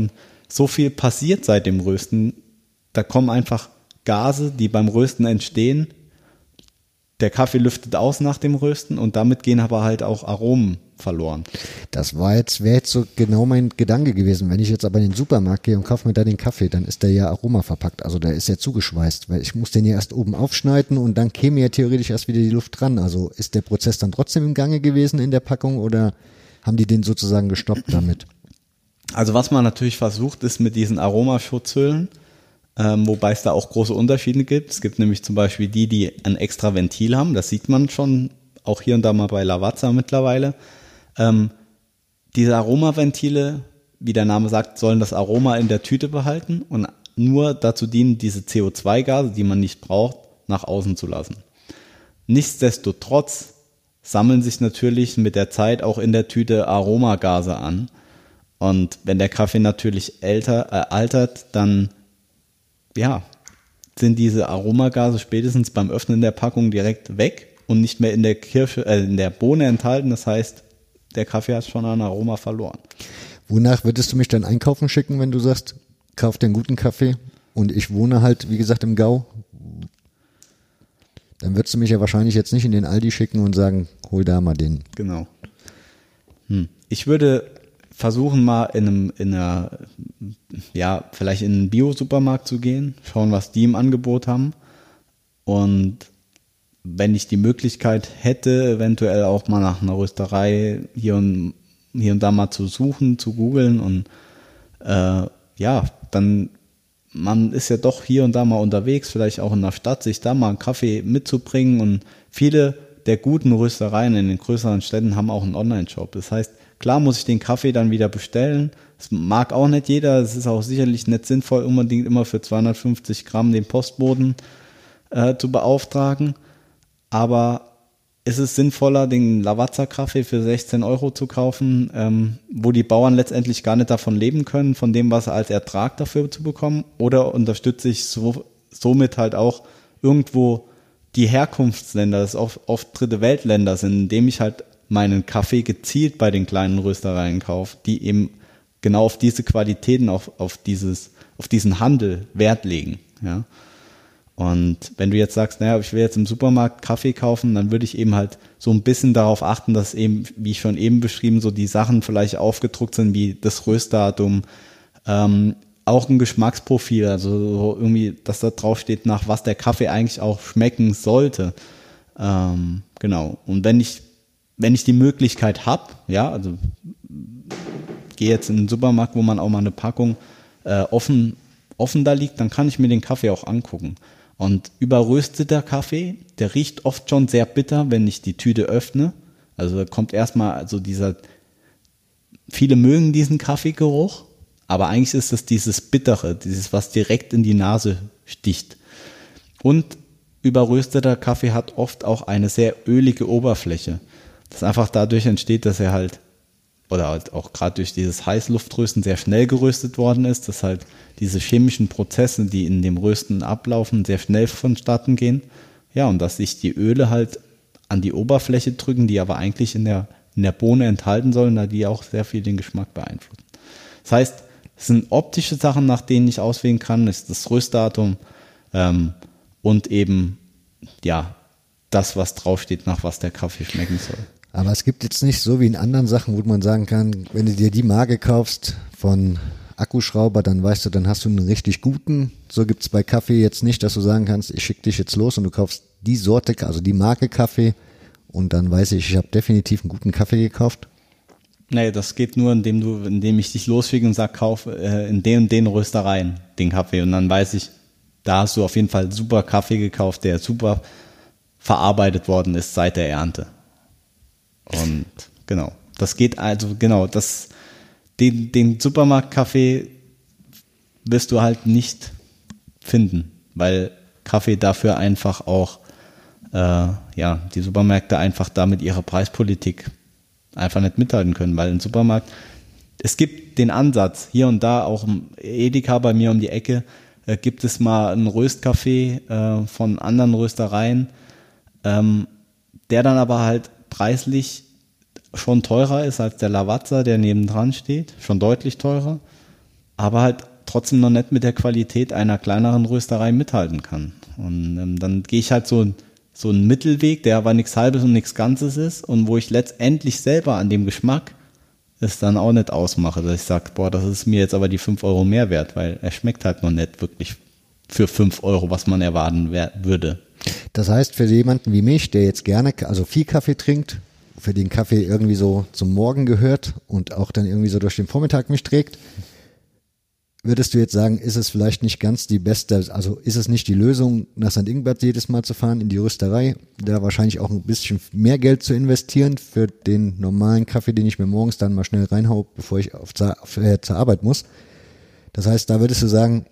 so viel passiert seit dem Rösten. Da kommen einfach Gase, die beim Rösten entstehen. Der Kaffee lüftet aus nach dem Rösten und damit gehen aber halt auch Aromen verloren. Das war jetzt, wäre jetzt so genau mein Gedanke gewesen. Wenn ich jetzt aber in den Supermarkt gehe und kaufe mir da den Kaffee, dann ist der ja Aroma verpackt. Also der ist ja zugeschweißt, weil ich muss den ja erst oben aufschneiden und dann käme ja theoretisch erst wieder die Luft dran. Also ist der Prozess dann trotzdem im Gange gewesen in der Packung oder haben die den sozusagen gestoppt damit? Also was man natürlich versucht, ist mit diesen Aromaschutzhüllen, ähm, wobei es da auch große Unterschiede gibt. Es gibt nämlich zum Beispiel die, die ein extra Ventil haben. Das sieht man schon auch hier und da mal bei Lavazza mittlerweile. Ähm, diese Aromaventile, wie der Name sagt, sollen das Aroma in der Tüte behalten und nur dazu dienen, diese C O zwei Gase, die man nicht braucht, nach außen zu lassen. Nichtsdestotrotz sammeln sich natürlich mit der Zeit auch in der Tüte Aromagase an. Und wenn der Kaffee natürlich älter, äh, altert, dann ja, sind diese Aromagase spätestens beim Öffnen der Packung direkt weg und nicht mehr in der Kirsche, äh, in der Bohne enthalten. Das heißt, der Kaffee hat schon an Aroma verloren. Wonach würdest du mich dann einkaufen schicken, wenn du sagst, kauf dir einen guten Kaffee und ich wohne halt, wie gesagt, im Gau? Dann würdest du mich ja wahrscheinlich jetzt nicht in den Aldi schicken und sagen, hol da mal den. Genau. Hm. Ich würde versuchen mal in einem, in einer, ja, vielleicht in einen Bio-Supermarkt zu gehen, schauen, was die im Angebot haben. Und wenn ich die Möglichkeit hätte, eventuell auch mal nach einer Rösterei hier und, hier und da mal zu suchen, zu googeln und äh, ja, dann, man ist ja doch hier und da mal unterwegs, vielleicht auch in der Stadt, sich da mal einen Kaffee mitzubringen und viele der guten Röstereien in den größeren Städten haben auch einen Online-Shop. Das heißt, klar muss ich den Kaffee dann wieder bestellen. Das mag auch nicht jeder. Es ist auch sicherlich nicht sinnvoll, unbedingt immer für zweihundertfünfzig Gramm den Postboten äh, zu beauftragen. Aber ist es sinnvoller, den Lavazza-Kaffee für sechzehn Euro zu kaufen, ähm, wo die Bauern letztendlich gar nicht davon leben können, von dem, was sie als Ertrag dafür zu bekommen? Oder unterstütze ich so, somit halt auch irgendwo die Herkunftsländer, das oft, oft dritte Weltländer sind, indem ich halt meinen Kaffee gezielt bei den kleinen Röstereien kaufe, die eben genau auf diese Qualitäten, auf, auf dieses, auf diesen Handel Wert legen, ja. Und wenn du jetzt sagst, naja, ich will jetzt im Supermarkt Kaffee kaufen, dann würde ich eben halt so ein bisschen darauf achten, dass eben, wie schon eben beschrieben, so die Sachen vielleicht aufgedruckt sind, wie das Röstdatum, ähm, auch ein Geschmacksprofil, also so irgendwie, dass da drauf steht, nach was der Kaffee eigentlich auch schmecken sollte. Ähm, genau. Und wenn ich, wenn ich die Möglichkeit habe, ja, also gehe jetzt in den Supermarkt, wo man auch mal eine Packung äh, offen, offen da liegt, dann kann ich mir den Kaffee auch angucken. Und überrösteter Kaffee, der riecht oft schon sehr bitter, wenn ich die Tüte öffne. Also da kommt erstmal also dieser, viele mögen diesen Kaffeegeruch, aber eigentlich ist es dieses Bittere, dieses, was direkt in die Nase sticht. Und überrösteter Kaffee hat oft auch eine sehr ölige Oberfläche. Das einfach dadurch entsteht, dass er halt, oder halt auch gerade durch dieses Heißluftrösten sehr schnell geröstet worden ist, dass halt diese chemischen Prozesse, die in dem Rösten ablaufen, sehr schnell vonstatten gehen. Ja, und dass sich die Öle halt an die Oberfläche drücken, die aber eigentlich in der, in der Bohne enthalten sollen, da die auch sehr viel den Geschmack beeinflussen. Das heißt, es sind optische Sachen, nach denen ich auswählen kann, ist das Röstdatum ähm, und eben, ja, das, was draufsteht, nach was der Kaffee schmecken soll. Aber es gibt jetzt nicht so wie in anderen Sachen, wo man sagen kann, wenn du dir die Marke kaufst von Akkuschrauber, dann weißt du, dann hast du einen richtig guten. So gibt's bei Kaffee jetzt nicht, dass du sagen kannst, ich schicke dich jetzt los und du kaufst die Sorte, also die Marke Kaffee und dann weiß ich, ich habe definitiv einen guten Kaffee gekauft. Nee, das geht nur, indem du, indem ich dich losschicke und sag, kauf äh, in den und den Röstereien den Kaffee und dann weiß ich, da hast du auf jeden Fall super Kaffee gekauft, der super verarbeitet worden ist seit der Ernte. Und genau, das geht also, genau, das, den, den Supermarktkaffee wirst du halt nicht finden, weil Kaffee dafür einfach auch, äh, ja, die Supermärkte einfach damit ihre Preispolitik einfach nicht mithalten können, weil im Supermarkt, es gibt den Ansatz, hier und da, auch im Edeka bei mir um die Ecke, äh, gibt es mal einen Röstkaffee äh, von anderen Röstereien, ähm, der dann aber halt preislich schon teurer ist als der Lavazza, der nebendran steht, schon deutlich teurer, aber halt trotzdem noch nicht mit der Qualität einer kleineren Rösterei mithalten kann. Und ähm, dann gehe ich halt so, so einen Mittelweg, der aber nichts Halbes und nichts Ganzes ist und wo ich letztendlich selber an dem Geschmack es dann auch nicht ausmache, dass ich sage, boah, das ist mir jetzt aber die fünf Euro mehr wert, weil er schmeckt halt noch nicht wirklich für fünf Euro, was man erwarten wer- würde. Das heißt, für jemanden wie mich, der jetzt gerne, also viel Kaffee trinkt, für den Kaffee irgendwie so zum Morgen gehört und auch dann irgendwie so durch den Vormittag mich trägt, würdest du jetzt sagen, ist es vielleicht nicht ganz die beste, also ist es nicht die Lösung, nach Sankt Ingbert jedes Mal zu fahren in die Rösterei, da wahrscheinlich auch ein bisschen mehr Geld zu investieren für den normalen Kaffee, den ich mir morgens dann mal schnell reinhau, bevor ich auf, auf, äh, zur Arbeit muss. Das heißt, da würdest du sagen,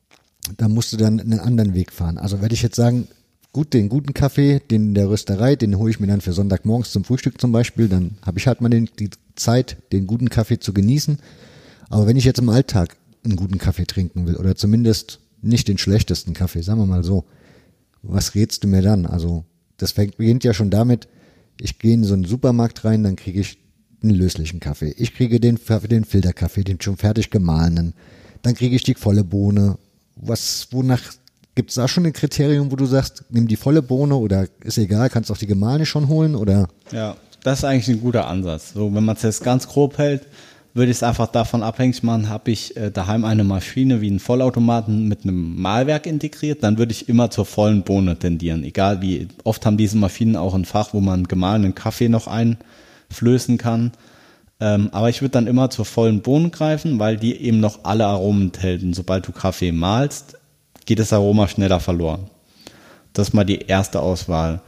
da musst du dann einen anderen Weg fahren. Also würde ich jetzt sagen, gut, den guten Kaffee, den der Rösterei, den hole ich mir dann für Sonntagmorgens zum Frühstück zum Beispiel, dann habe ich halt mal den, die Zeit, den guten Kaffee zu genießen. Aber wenn ich jetzt im Alltag einen guten Kaffee trinken will oder zumindest nicht den schlechtesten Kaffee, sagen wir mal so, was rätst du mir dann? Also das fängt, beginnt ja schon damit, ich gehe in so einen Supermarkt rein, dann kriege ich einen löslichen Kaffee. Ich kriege den, den Filterkaffee, den schon fertig gemahlenen. Dann kriege ich die volle Bohne. Was, wonach, gibt es da schon ein Kriterium, wo du sagst, nimm die volle Bohne oder ist egal, kannst auch die gemahlene schon holen oder? Ja, das ist eigentlich ein guter Ansatz. So, wenn man es jetzt ganz grob hält, würde ich es einfach davon abhängig machen, habe ich äh, daheim eine Maschine wie einen Vollautomaten mit einem Mahlwerk integriert, dann würde ich immer zur vollen Bohne tendieren. Egal wie, oft haben diese Maschinen auch ein Fach, wo man gemahlenen Kaffee noch einflößen kann. Ähm, aber ich würde dann immer zur vollen Bohne greifen, weil die eben noch alle Aromen enthält. Und sobald du Kaffee mahlst, geht das Aroma schneller verloren. Das ist mal die erste Auswahl.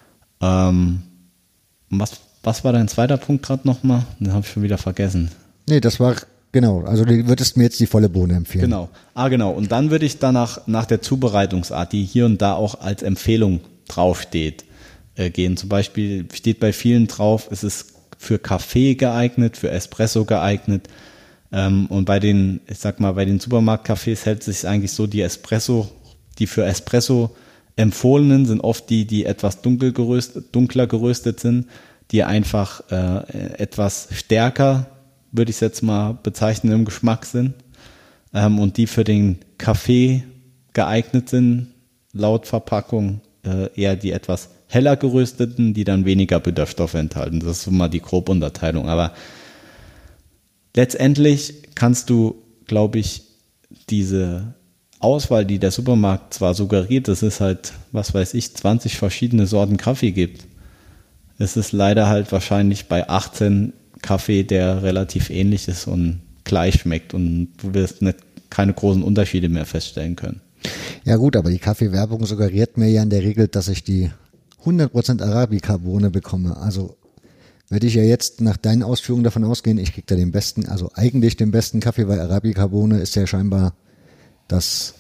Ähm, was, was war dein zweiter Punkt gerade nochmal? Den habe ich schon wieder vergessen. Nee, das war, genau, also du würdest mir jetzt die volle Bohne empfehlen. Genau, ah genau, und dann würde ich danach nach der Zubereitungsart, die hier und da auch als Empfehlung draufsteht, äh, gehen. Zum Beispiel steht bei vielen drauf, es ist für Kaffee geeignet, für Espresso geeignet. Ähm, und bei den, ich sag mal, bei den Supermarktcafés hält sich eigentlich so, die Espresso, die für Espresso empfohlenen sind oft die, die etwas dunkel geröstet, dunkler geröstet sind, die einfach äh, etwas stärker, würde ich es jetzt mal bezeichnen, im Geschmack sind. Ähm, und die für den Kaffee geeignet sind, laut Verpackung äh, eher die etwas heller gerösteten, die dann weniger Bitterstoffe enthalten. Das ist so mal die Grobunterteilung. Aber letztendlich kannst du, glaube ich, diese Auswahl, die der Supermarkt zwar suggeriert, dass es halt, was weiß ich, zwanzig verschiedene Sorten Kaffee gibt. Es ist leider halt wahrscheinlich bei achtzehn Kaffee, der relativ ähnlich ist und gleich schmeckt und du wirst nicht, keine großen Unterschiede mehr feststellen können. Ja gut, aber die Kaffeewerbung suggeriert mir ja in der Regel, dass ich die hundert Prozent Arabica-Bohne bekomme. Also werde ich ja jetzt nach deinen Ausführungen davon ausgehen, ich kriege da den besten, also eigentlich den besten Kaffee, weil Arabica-Bohne ist ja scheinbar das.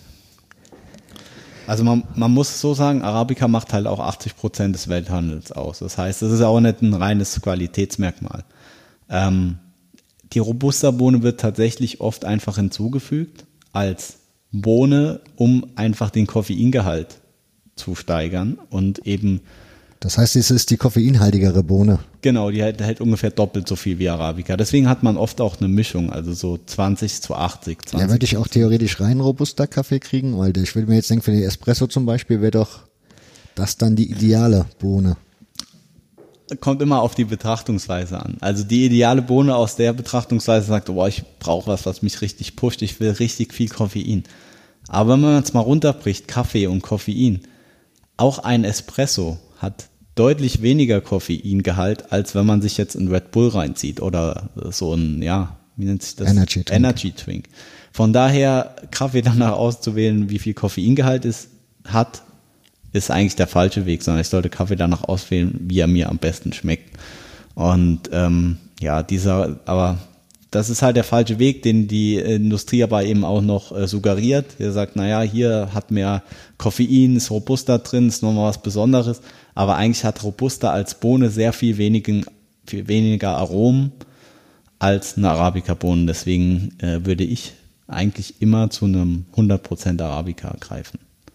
Also man, man muss so sagen, Arabica macht halt auch achtzig Prozent des Welthandels aus. Das heißt, das ist auch nicht ein reines Qualitätsmerkmal. Ähm, die Robusta-Bohne wird tatsächlich oft einfach hinzugefügt als Bohne, um einfach den Koffeingehalt zu steigern und eben. Das heißt, es ist die koffeinhaltigere Bohne. Genau, die hält, hält ungefähr doppelt so viel wie Arabica. Deswegen hat man oft auch eine Mischung, also so zwanzig zu achtzig. zwanzig Ja, würde ich auch theoretisch rein Robusta-Kaffee kriegen, weil ich würde mir jetzt denken, für den Espresso zum Beispiel wäre doch das dann die ideale Bohne. Kommt immer auf die Betrachtungsweise an. Also die ideale Bohne aus der Betrachtungsweise sagt, oh, ich brauche was, was mich richtig pusht, ich will richtig viel Koffein. Aber wenn man jetzt mal runterbricht, Kaffee und Koffein, auch ein Espresso hat deutlich weniger Koffeingehalt, als wenn man sich jetzt einen Red Bull reinzieht oder so ein, ja, wie nennt sich das? Energy Drink. Energy Drink. Von daher, Kaffee danach auszuwählen, wie viel Koffeingehalt es hat, ist eigentlich der falsche Weg, sondern ich sollte Kaffee danach auswählen, wie er mir am besten schmeckt. Und ähm, ja, dieser, aber das ist halt der falsche Weg, den die Industrie aber eben auch noch äh, suggeriert. Der sagt, naja, hier hat mehr Koffein, ist Robusta drin, ist nochmal was Besonderes. Aber eigentlich hat Robusta als Bohne sehr viel, wenigen, viel weniger Aromen als eine Arabica-Bohne. Deswegen äh, würde ich eigentlich immer zu einem hundert Prozent Arabica greifen.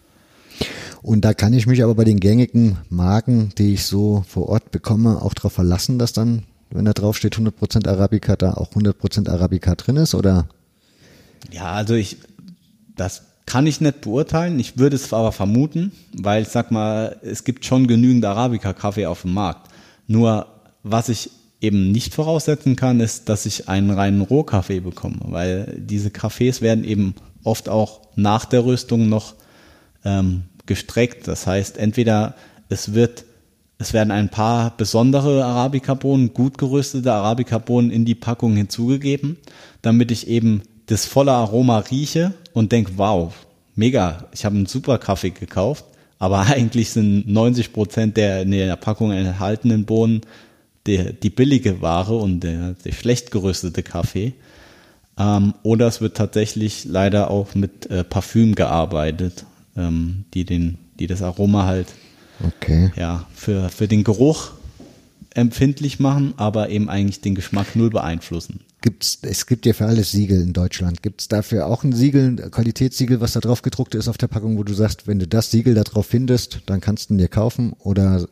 Und da kann ich mich aber bei den gängigen Marken, die ich so vor Ort bekomme, auch darauf verlassen, dass dann, wenn da drauf steht hundert Prozent Arabica, da auch hundert Prozent Arabica drin ist, oder? Ja, also ich, das kann ich nicht beurteilen. Ich würde es aber vermuten, weil ich sag mal, es gibt schon genügend Arabica-Kaffee auf dem Markt. Nur was ich eben nicht voraussetzen kann, ist, dass ich einen reinen Rohkaffee bekomme, weil diese Kaffees werden eben oft auch nach der Röstung noch ähm, gestreckt. Das heißt, entweder es wird, es werden ein paar besondere Arabica-Bohnen, gut geröstete Arabica-Bohnen in die Packung hinzugegeben, damit ich eben das volle Aroma rieche und denke, wow, mega, ich habe einen super Kaffee gekauft, aber eigentlich sind neunzig Prozent der in der Packung enthaltenen Bohnen die, die billige Ware und der, der schlecht geröstete Kaffee. Ähm, oder es wird tatsächlich leider auch mit äh, Parfüm gearbeitet, ähm, die den, die das Aroma halt okay. ja, für, für den Geruch empfindlich machen, aber eben eigentlich den Geschmack null beeinflussen. Gibt's, es gibt ja für alles Siegel in Deutschland. Gibt es dafür auch ein Siegel, ein Qualitätssiegel, was da drauf gedruckt ist auf der Packung, wo du sagst, wenn du das Siegel da drauf findest, dann kannst du ihn dir kaufen? Oder?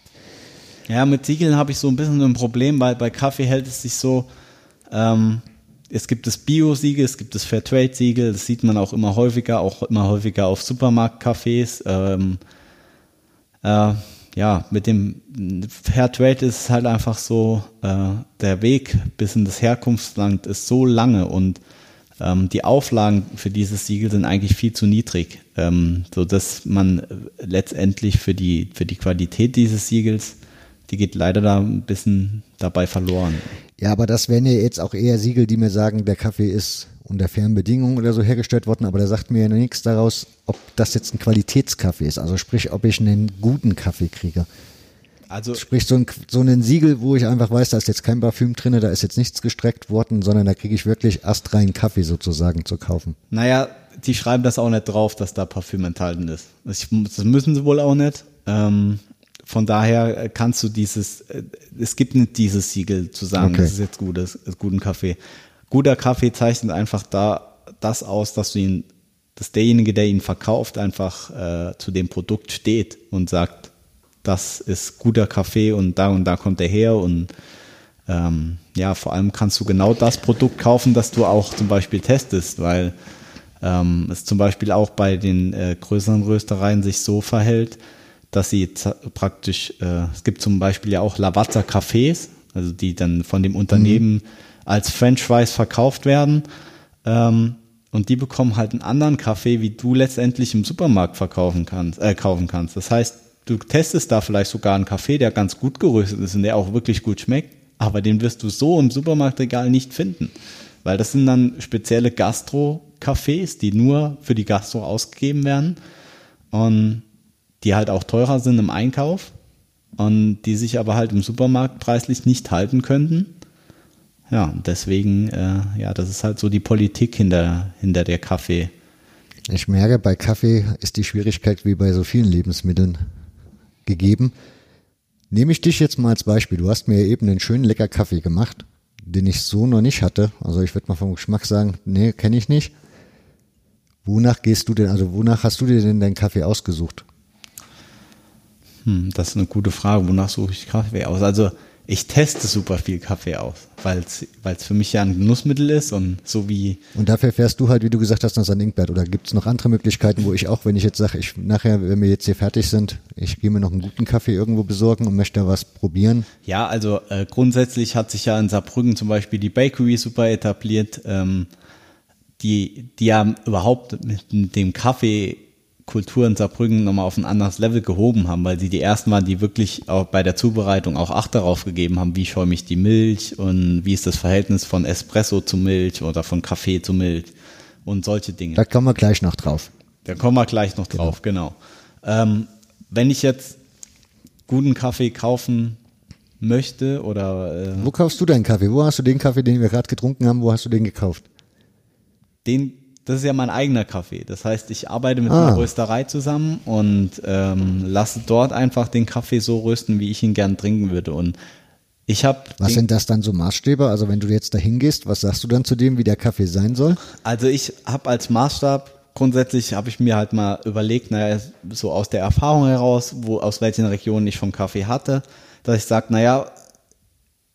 Ja, mit Siegeln habe ich so ein bisschen ein Problem, weil bei Kaffee hält es sich so, ähm, es gibt das Bio-Siegel, es gibt das Fairtrade-Siegel, das sieht man auch immer häufiger, auch immer häufiger auf Supermarktcafés. Ähm, äh, ja, mit dem Fairtrade ist es halt einfach so, äh, der Weg bis in das Herkunftsland ist so lange und ähm, die Auflagen für dieses Siegel sind eigentlich viel zu niedrig, ähm, so dass man letztendlich für die, für die Qualität dieses Siegels, die geht leider da ein bisschen dabei verloren. Ja, aber das wären ja jetzt auch eher Siegel, die mir sagen, der Kaffee ist unter fairen Bedingungen oder so hergestellt worden, aber da sagt mir ja nichts daraus, ob das jetzt ein Qualitätskaffee ist, also sprich, ob ich einen guten Kaffee kriege. Also sprich, so ein, so ein Siegel, wo ich einfach weiß, da ist jetzt kein Parfüm drin, da ist jetzt nichts gestreckt worden, sondern da kriege ich wirklich astreinen Kaffee sozusagen zu kaufen. Naja, die schreiben das auch nicht drauf, dass da Parfüm enthalten ist. Das müssen sie wohl auch nicht. Ähm, von daher kannst du dieses, es gibt nicht dieses Siegel zu sagen, okay, das ist jetzt gutes, ist guten Kaffee. Guter Kaffee zeichnet einfach da das aus, dass du ihn, dass derjenige, der ihn verkauft, einfach äh, zu dem Produkt steht und sagt, das ist guter Kaffee und da und da kommt er her und ähm, ja, vor allem kannst du genau das Produkt kaufen, das du auch zum Beispiel testest, weil ähm, es zum Beispiel auch bei den äh, größeren Röstereien sich so verhält, dass sie z- praktisch, äh, es gibt zum Beispiel ja auch Lavazza Cafés, also die dann von dem Unternehmen mhm. als Franchise verkauft werden, ähm, und die bekommen halt einen anderen Kaffee, wie du letztendlich im Supermarkt verkaufen kannst, äh, kaufen kannst. Das heißt, du testest da vielleicht sogar einen Kaffee, der ganz gut geröstet ist und der auch wirklich gut schmeckt, aber den wirst du so im Supermarktregal nicht finden, weil das sind dann spezielle Gastro-Cafés, die nur für die Gastro ausgegeben werden und die halt auch teurer sind im Einkauf und die sich aber halt im Supermarkt preislich nicht halten könnten. Ja, deswegen, äh, ja, das ist halt so die Politik hinter, hinter der Kaffee. Ich merke, bei Kaffee ist die Schwierigkeit wie bei so vielen Lebensmitteln gegeben. Nehme ich dich jetzt mal als Beispiel. Du hast mir eben einen schönen lecker Kaffee gemacht, den ich so noch nicht hatte. Also ich würde mal vom Geschmack sagen, nee, kenne ich nicht. Wonach gehst du denn, also wonach hast du dir denn deinen Kaffee ausgesucht? Hm, das ist eine gute Frage. Wonach suche ich Kaffee aus? Also ich teste super viel Kaffee aus, weil es für mich ja ein Genussmittel ist und so wie... Und dafür fährst du halt, wie du gesagt hast, nach Sankt Ingbert. Oder gibt es noch andere Möglichkeiten, wo ich auch, wenn ich jetzt sage, ich nachher, wenn wir jetzt hier fertig sind, ich gehe mir noch einen guten Kaffee irgendwo besorgen und möchte da was probieren? Ja, also äh, grundsätzlich hat sich ja in Saarbrücken zum Beispiel die Bakery super etabliert, ähm, die, die ja überhaupt mit dem Kaffee Kultur in Saarbrücken nochmal auf ein anderes Level gehoben haben, weil sie die ersten waren, die wirklich auch bei der Zubereitung auch Acht darauf gegeben haben, wie schäume ich die Milch und wie ist das Verhältnis von Espresso zu Milch oder von Kaffee zu Milch und solche Dinge. Da kommen wir gleich noch drauf. Da kommen wir gleich noch drauf, genau. genau. Ähm, wenn ich jetzt guten Kaffee kaufen möchte oder... Äh, Wo kaufst du deinen Kaffee? Wo hast du den Kaffee, den wir gerade getrunken haben, wo hast du den gekauft? Den Das ist ja mein eigener Kaffee. Das heißt, ich arbeite mit ah. einer Rösterei zusammen und ähm, lasse dort einfach den Kaffee so rösten, wie ich ihn gern trinken würde. Und ich habe. Was sind das dann so Maßstäbe? Also wenn du jetzt da hingehst, was sagst du dann zu dem, wie der Kaffee sein soll? Also ich habe als Maßstab, grundsätzlich habe ich mir halt mal überlegt, naja, so aus der Erfahrung heraus, wo aus welchen Regionen ich schon Kaffee hatte, dass ich sage, naja,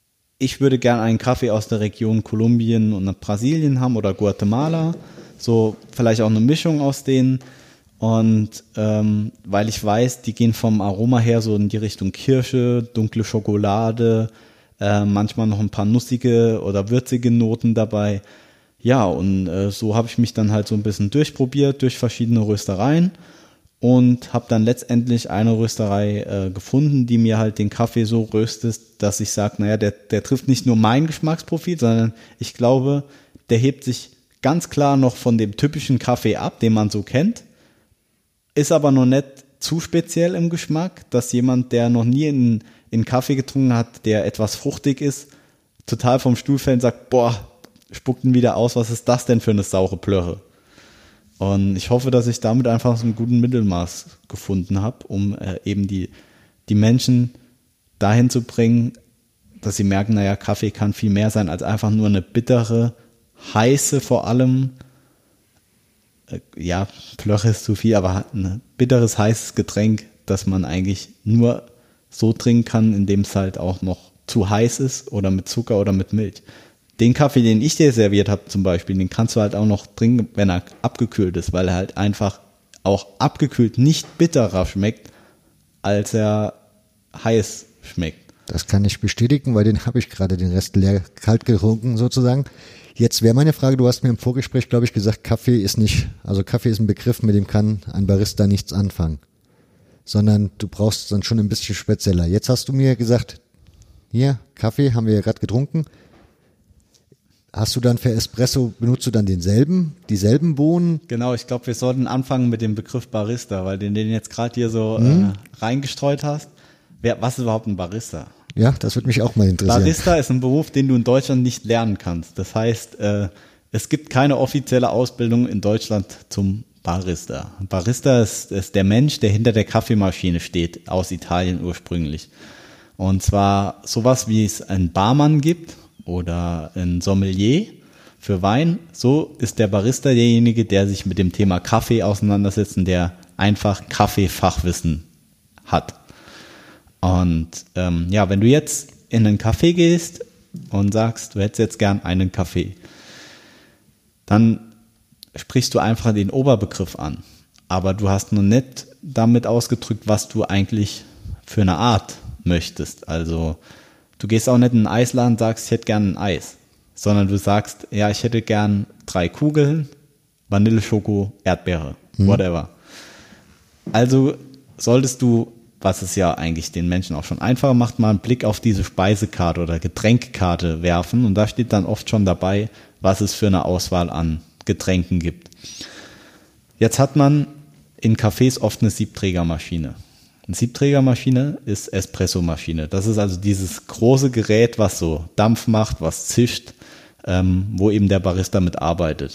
ich würde gern einen Kaffee aus der Region Kolumbien und Brasilien haben oder Guatemala, so vielleicht auch eine Mischung aus denen. Und ähm, weil ich weiß, die gehen vom Aroma her so in die Richtung Kirsche, dunkle Schokolade, äh, manchmal noch ein paar nussige oder würzige Noten dabei. Ja, und äh, so habe ich mich dann halt so ein bisschen durchprobiert durch verschiedene Röstereien und habe dann letztendlich eine Rösterei äh, gefunden, die mir halt den Kaffee so röstet, dass ich sage, naja, der, der trifft nicht nur mein Geschmacksprofil, sondern ich glaube, der hebt sich ganz klar noch von dem typischen Kaffee ab, den man so kennt. Ist aber noch nicht zu speziell im Geschmack, dass jemand, der noch nie in, in Kaffee getrunken hat, der etwas fruchtig ist, total vom Stuhl fällt und sagt, boah, spuckt ihn wieder aus, was ist das denn für eine saure Plörre? Und ich hoffe, dass ich damit einfach so einen guten Mittelmaß gefunden habe, um äh, eben die, die Menschen dahin zu bringen, dass sie merken, naja, Kaffee kann viel mehr sein als einfach nur eine bittere, heiße vor allem, ja, Plörre ist zu viel, aber ein bitteres, heißes Getränk, das man eigentlich nur so trinken kann, indem es halt auch noch zu heiß ist oder mit Zucker oder mit Milch. Den Kaffee, den ich dir serviert habe zum Beispiel, den kannst du halt auch noch trinken, wenn er abgekühlt ist, weil er halt einfach auch abgekühlt nicht bitterer schmeckt, als er heiß schmeckt. Das kann ich bestätigen, weil den habe ich gerade den Rest leer kalt getrunken sozusagen. Jetzt wäre meine Frage, du hast mir im Vorgespräch, glaube ich, gesagt, Kaffee ist nicht, also Kaffee ist ein Begriff, mit dem kann ein Barista nichts anfangen, sondern du brauchst dann schon ein bisschen spezieller. Jetzt hast du mir gesagt, hier, Kaffee haben wir ja gerade getrunken. Hast du dann für Espresso, benutzt du dann denselben, dieselben Bohnen? Genau, ich glaube, wir sollten anfangen mit dem Begriff Barista, weil du den jetzt gerade hier so mhm. äh, reingestreut hast. Wer, was ist überhaupt ein Barista? Ja, das würde mich auch mal interessieren. Barista ist ein Beruf, den du in Deutschland nicht lernen kannst. Das heißt, äh, es gibt keine offizielle Ausbildung in Deutschland zum Barista. Barista ist, ist der Mensch, der hinter der Kaffeemaschine steht, aus Italien ursprünglich. Und zwar sowas, wie es einen Barmann gibt oder ein Sommelier für Wein. So ist der Barista derjenige, der sich mit dem Thema Kaffee auseinandersetzt und der einfach Kaffeefachwissen hat. Und ähm, ja, wenn du jetzt in einen Café gehst und sagst, du hättest jetzt gern einen Kaffee, dann sprichst du einfach den Oberbegriff an. Aber du hast noch nicht damit ausgedrückt, was du eigentlich für eine Art möchtest. Also du gehst auch nicht in einen Eisladen und sagst, ich hätte gern ein Eis, sondern du sagst, ja, ich hätte gern drei Kugeln, Vanilleschoko, Erdbeere, hm. whatever. Also solltest du, was es ja eigentlich den Menschen auch schon einfacher macht, mal einen Blick auf diese Speisekarte oder Getränkkarte werfen und da steht dann oft schon dabei, was es für eine Auswahl an Getränken gibt. Jetzt hat man in Cafés oft eine Siebträgermaschine. Eine Siebträgermaschine ist Espressomaschine. Das ist also dieses große Gerät, was so Dampf macht, was zischt, ähm, wo eben der Barista mitarbeitet.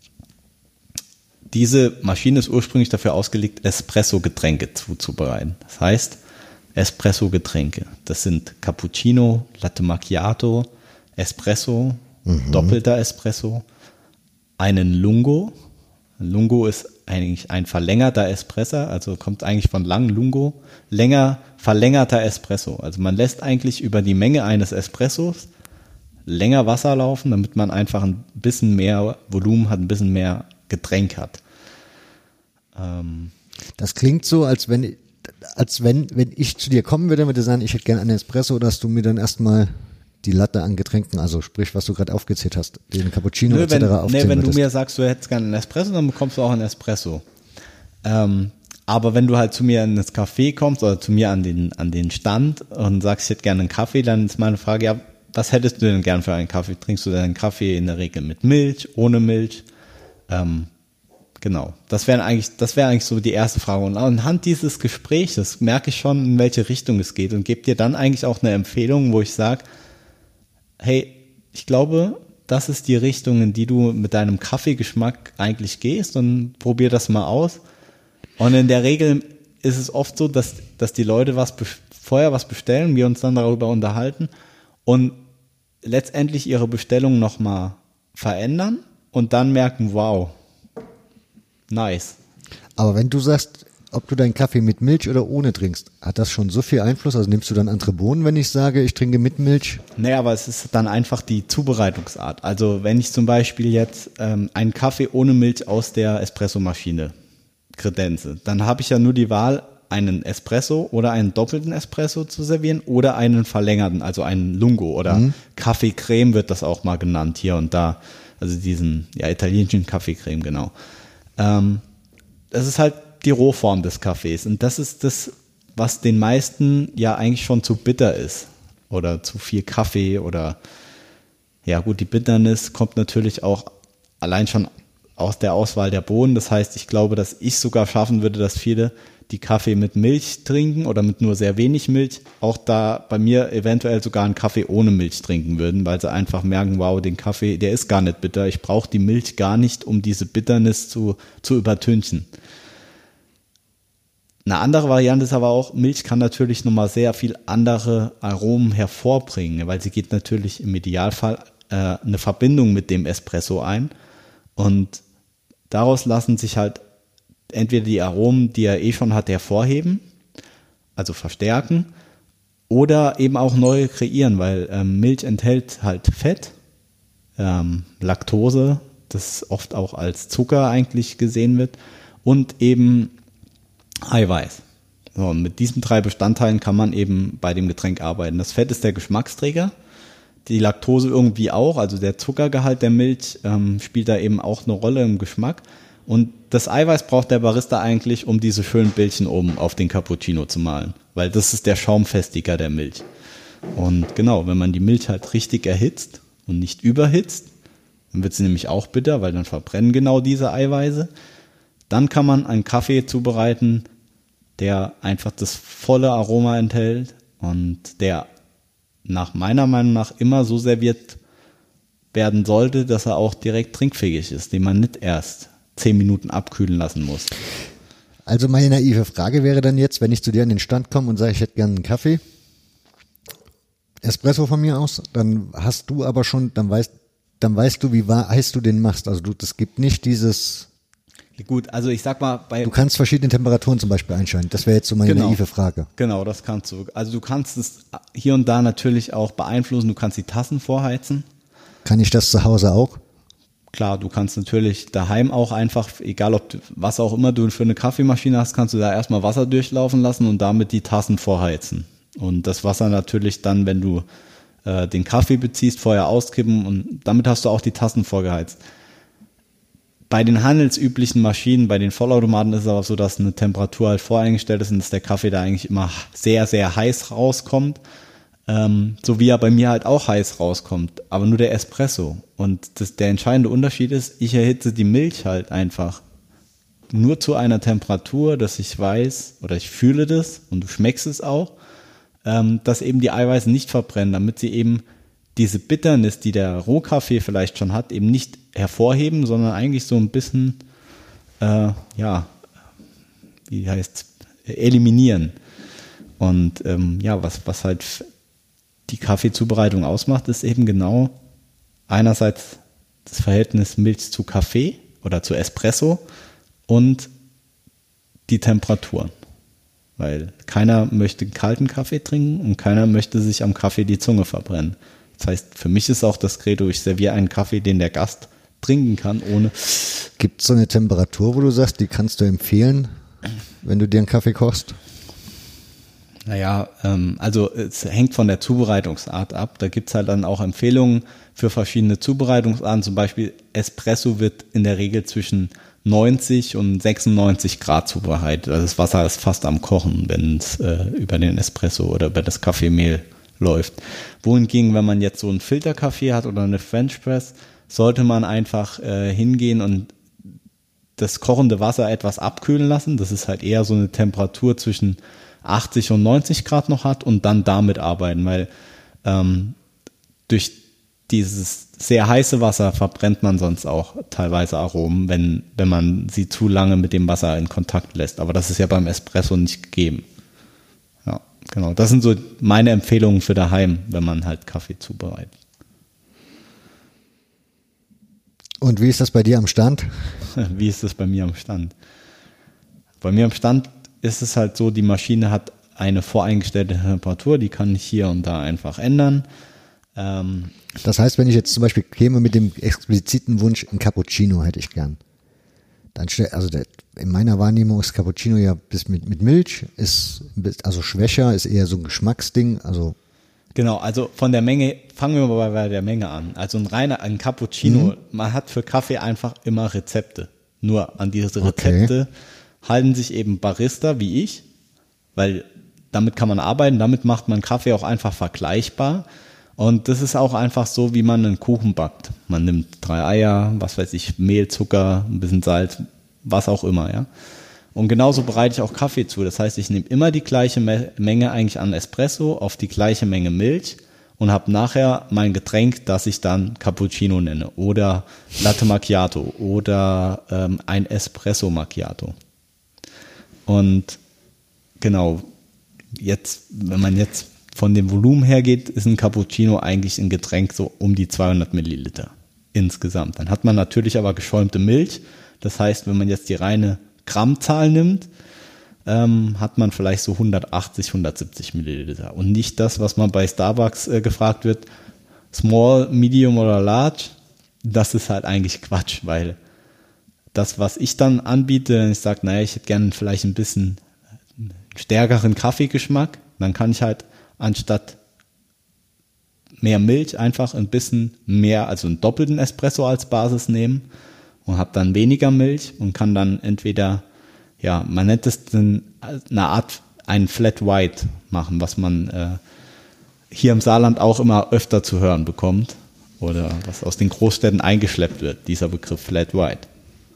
Diese Maschine ist ursprünglich dafür ausgelegt, Espresso-Getränke zuzubereiten. Das heißt, Espresso-Getränke. Das sind Cappuccino, Latte Macchiato, Espresso, mhm. doppelter Espresso, einen Lungo. Lungo ist eigentlich ein verlängerter Espresso, also kommt eigentlich von lang Lungo, länger verlängerter Espresso. Also man lässt eigentlich über die Menge eines Espressos länger Wasser laufen, damit man einfach ein bisschen mehr Volumen hat, ein bisschen mehr Getränk hat. Ähm das klingt so, als wenn, als wenn, wenn ich zu dir kommen würde, würde ich sagen, ich hätte gerne einen Espresso, dass du mir dann erstmal die Latte an Getränken, also sprich, was du gerade aufgezählt hast, den Cappuccino Nö, et cetera aufzählen nee, wenn würdest. du mir sagst, du hättest gerne einen Espresso, dann bekommst du auch einen Espresso. Ähm, aber wenn du halt zu mir in das Café kommst oder zu mir an den, an den Stand und sagst, ich hätte gerne einen Kaffee, dann ist meine Frage, ja, was hättest du denn gern für einen Kaffee? Trinkst du denn einen Kaffee in der Regel mit Milch, ohne Milch? Ähm, genau. Das wäre eigentlich, das wäre eigentlich so die erste Frage. Und anhand dieses Gesprächs merke ich schon, in welche Richtung es geht und gebe dir dann eigentlich auch eine Empfehlung, wo ich sage, hey, ich glaube, das ist die Richtung, in die du mit deinem Kaffeegeschmack eigentlich gehst und probier das mal aus. Und in der Regel ist es oft so, dass, dass die Leute was vorher was bestellen, wir uns dann darüber unterhalten und letztendlich ihre Bestellung nochmal verändern und dann merken, wow, nice. Aber wenn du sagst, ob du deinen Kaffee mit Milch oder ohne trinkst, hat das schon so viel Einfluss? Also nimmst du dann andere Bohnen, wenn ich sage, ich trinke mit Milch? Nee, aber es ist dann einfach die Zubereitungsart. Also wenn ich zum Beispiel jetzt ähm, einen Kaffee ohne Milch aus der Espressomaschine kredenze, dann habe ich ja nur die Wahl, einen Espresso oder einen doppelten Espresso zu servieren oder einen verlängerten, also einen Lungo oder mhm. Kaffeecreme wird das auch mal genannt hier und da. Also diesen ja, italienischen Kaffeecreme, genau. Ähm, das ist halt die Rohform des Kaffees und das ist das, was den meisten ja eigentlich schon zu bitter ist oder zu viel Kaffee oder ja gut, die Bitternis kommt natürlich auch allein schon aus der Auswahl der Bohnen. Das heißt, ich glaube, dass ich sogar schaffen würde, dass viele, die Kaffee mit Milch trinken oder mit nur sehr wenig Milch, auch da bei mir eventuell sogar einen Kaffee ohne Milch trinken würden, weil sie einfach merken, wow, den Kaffee, der ist gar nicht bitter. Ich brauche die Milch gar nicht, um diese Bitternis zu, zu übertünchen. Eine andere Variante ist aber auch, Milch kann natürlich nochmal sehr viel andere Aromen hervorbringen, weil sie geht natürlich im Idealfall äh, eine Verbindung mit dem Espresso ein und daraus lassen sich halt entweder die Aromen, die er eh schon hat, hervorheben, also verstärken, oder eben auch neue kreieren, weil ähm, Milch enthält halt Fett, ähm, Laktose, das oft auch als Zucker eigentlich gesehen wird, und eben Eiweiß. So, und mit diesen drei Bestandteilen kann man eben bei dem Getränk arbeiten. Das Fett ist der Geschmacksträger, die Laktose irgendwie auch, also der Zuckergehalt der Milch ähm, spielt da eben auch eine Rolle im Geschmack. Und das Eiweiß braucht der Barista eigentlich, um diese schönen Bildchen oben auf den Cappuccino zu malen, weil das ist der Schaumfestiger der Milch. Und genau, wenn man die Milch halt richtig erhitzt und nicht überhitzt, dann wird sie nämlich auch bitter, weil dann verbrennen genau diese Eiweiße. Dann kann man einen Kaffee zubereiten, der einfach das volle Aroma enthält und der nach meiner Meinung nach immer so serviert werden sollte, dass er auch direkt trinkfähig ist, den man nicht erst zehn Minuten abkühlen lassen muss. Also meine naive Frage wäre dann jetzt, wenn ich zu dir an den Stand komme und sage, ich hätte gerne einen Kaffee, Espresso von mir aus, dann hast du aber schon, dann weißt, dann weißt du, wie heiß du den machst. Also du, das gibt nicht dieses... Gut, also ich sag mal, bei... Du kannst verschiedene Temperaturen zum Beispiel einstellen. Das wäre jetzt so meine genau, naive Frage. Genau, das kannst du. Also du kannst es hier und da natürlich auch beeinflussen. Du kannst die Tassen vorheizen. Kann ich das zu Hause auch? Klar, du kannst natürlich daheim auch einfach, egal ob du, was auch immer du für eine Kaffeemaschine hast, kannst du da erstmal Wasser durchlaufen lassen und damit die Tassen vorheizen. Und das Wasser natürlich dann, wenn du äh, den Kaffee beziehst, vorher auskippen und damit hast du auch die Tassen vorgeheizt. Bei den handelsüblichen Maschinen, bei den Vollautomaten ist es aber so, dass eine Temperatur halt voreingestellt ist und dass der Kaffee da eigentlich immer sehr, sehr heiß rauskommt. Ähm, so wie er bei mir halt auch heiß rauskommt, aber nur der Espresso. Und das, der entscheidende Unterschied ist, ich erhitze die Milch halt einfach nur zu einer Temperatur, dass ich weiß oder ich fühle das und du schmeckst es auch, ähm, dass eben die Eiweiße nicht verbrennen, damit sie eben diese Bitternis, die der Rohkaffee vielleicht schon hat, eben nicht hervorheben, sondern eigentlich so ein bisschen, äh, ja, wie heißt eliminieren. Und ähm, ja, was, was halt die Kaffeezubereitung ausmacht, ist eben genau einerseits das Verhältnis Milch zu Kaffee oder zu Espresso und die Temperaturen. Weil keiner möchte kalten Kaffee trinken und keiner möchte sich am Kaffee die Zunge verbrennen. Das heißt, für mich ist auch das Credo, ich serviere einen Kaffee, den der Gast trinken kann, ohne... Gibt es so eine Temperatur, wo du sagst, die kannst du empfehlen, wenn du dir einen Kaffee kochst? Naja, ähm, also es hängt von der Zubereitungsart ab. Da gibt's halt dann auch Empfehlungen für verschiedene Zubereitungsarten. Zum Beispiel Espresso wird in der Regel zwischen neunzig und sechsundneunzig Grad zubereitet. Also das Wasser ist fast am Kochen, wenn es äh, über den Espresso oder über das Kaffeemehl läuft. Wohingegen, wenn man jetzt so einen Filterkaffee hat oder eine French Press, sollte man einfach äh, hingehen und das kochende Wasser etwas abkühlen lassen. Das ist halt eher so eine Temperatur zwischen achtzig und neunzig Grad noch hat und dann damit arbeiten, weil ähm, durch dieses sehr heiße Wasser verbrennt man sonst auch teilweise Aromen, wenn, wenn man sie zu lange mit dem Wasser in Kontakt lässt. Aber das ist ja beim Espresso nicht gegeben. Ja, genau. Das sind so meine Empfehlungen für daheim, wenn man halt Kaffee zubereitet. Und wie ist das bei dir am Stand? Wie ist das bei mir am Stand? Bei mir am Stand ist es halt so, die Maschine hat eine voreingestellte Temperatur, die kann ich hier und da einfach ändern. Ähm, das heißt, wenn ich jetzt zum Beispiel käme mit dem expliziten Wunsch, ein Cappuccino hätte ich gern. Dann stell, also der, in meiner Wahrnehmung ist Cappuccino ja bis mit, mit Milch, ist also schwächer, ist eher so ein Geschmacksding, also Genau, also von der Menge, fangen wir mal bei der Menge an. Also ein reiner, ein Cappuccino, mhm. man hat für Kaffee einfach immer Rezepte. Nur an diese Rezepte okay. halten sich eben Barista wie ich, weil damit kann man arbeiten, damit macht man Kaffee auch einfach vergleichbar. Und das ist auch einfach so, wie man einen Kuchen backt. Man nimmt drei Eier, was weiß ich, Mehl, Zucker, ein bisschen Salz, was auch immer, ja. Und genauso bereite ich auch Kaffee zu. Das heißt, ich nehme immer die gleiche Me- Menge eigentlich an Espresso auf die gleiche Menge Milch und habe nachher mein Getränk, das ich dann Cappuccino nenne oder Latte Macchiato oder ähm, ein Espresso Macchiato. Und genau, jetzt, wenn man jetzt von dem Volumen her geht, ist ein Cappuccino eigentlich ein Getränk so um die zweihundert Milliliter insgesamt. Dann hat man natürlich aber geschäumte Milch. Das heißt, wenn man jetzt die reine Grammzahl nimmt, ähm, hat man vielleicht so hundertachtzig, hundertsiebzig Milliliter. Und nicht das, was man bei Starbucks äh, gefragt wird, Small, Medium oder Large. Das ist halt eigentlich Quatsch, weil das, was ich dann anbiete, wenn ich sage, naja, ich hätte gerne vielleicht ein bisschen stärkeren Kaffeegeschmack, dann kann ich halt anstatt mehr Milch einfach ein bisschen mehr, also einen doppelten Espresso als Basis nehmen und habe dann weniger Milch und kann dann entweder, ja, man nennt es eine Art, einen Flat White machen, was man äh, hier im Saarland auch immer öfter zu hören bekommt oder was aus den Großstädten eingeschleppt wird, dieser Begriff Flat White.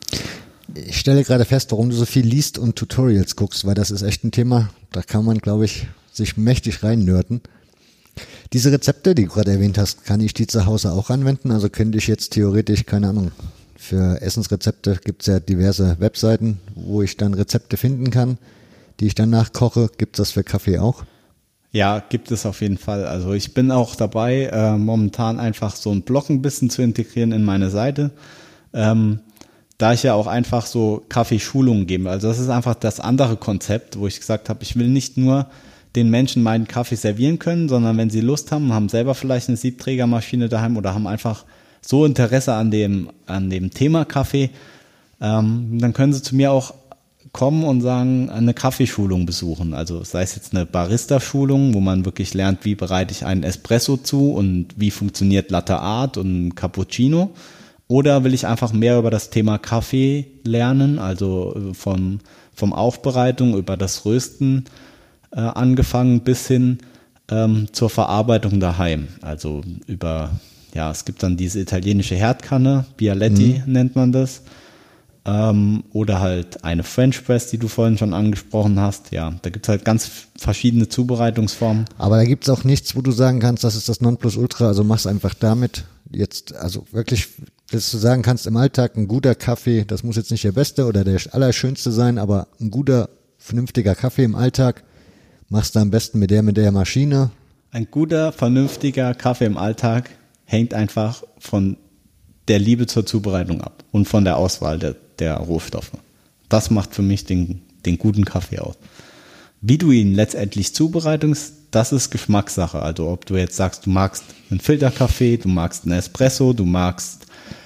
Ich stelle gerade fest, warum du so viel liest und Tutorials guckst, weil das ist echt ein Thema, da kann man, glaube ich, sich mächtig reinnörden. Diese Rezepte, die du gerade erwähnt hast, kann ich die zu Hause auch anwenden? Also könnte ich jetzt theoretisch, keine Ahnung, für Essensrezepte gibt es ja diverse Webseiten, wo ich dann Rezepte finden kann, die ich dann nachkoche. Gibt es das für Kaffee auch? Ja, gibt es auf jeden Fall. Also ich bin auch dabei, äh, momentan einfach so einen Blog ein bisschen zu integrieren in meine Seite, ähm, da ich ja auch einfach so Kaffeeschulungen gebe. Also das ist einfach das andere Konzept, wo ich gesagt habe, ich will nicht nur den Menschen meinen Kaffee servieren können, sondern wenn sie Lust haben, haben selber vielleicht eine Siebträgermaschine daheim oder haben einfach so Interesse an dem, an dem Thema Kaffee, ähm, dann können sie zu mir auch kommen und sagen, eine Kaffeeschulung besuchen. Also sei es jetzt eine Barista-Schulung, wo man wirklich lernt, wie bereite ich einen Espresso zu und wie funktioniert Latte Art und Cappuccino. Oder will ich einfach mehr über das Thema Kaffee lernen, also vom, vom Aufbereitung über das Rösten äh, angefangen bis hin ähm, zur Verarbeitung daheim. Also über, ja, es gibt dann diese italienische Herdkanne, Bialetti mhm. nennt man das. Ähm, oder halt eine French Press, die du vorhin schon angesprochen hast. Ja, da gibt es halt ganz verschiedene Zubereitungsformen. Aber da gibt es auch nichts, wo du sagen kannst, das ist das Nonplusultra, also mach's einfach damit. Jetzt, also wirklich, dass du sagen kannst, im Alltag ein guter Kaffee, das muss jetzt nicht der beste oder der allerschönste sein, aber ein guter, vernünftiger Kaffee im Alltag machst du am besten mit der, mit der Maschine. Ein guter, vernünftiger Kaffee im Alltag hängt einfach von der Liebe zur Zubereitung ab und von der Auswahl der, der Rohstoffe. Das macht für mich den, den guten Kaffee aus. Wie du ihn letztendlich zubereitest, das ist Geschmackssache. Also ob du jetzt sagst, du magst einen Filterkaffee, du magst einen Espresso, du magst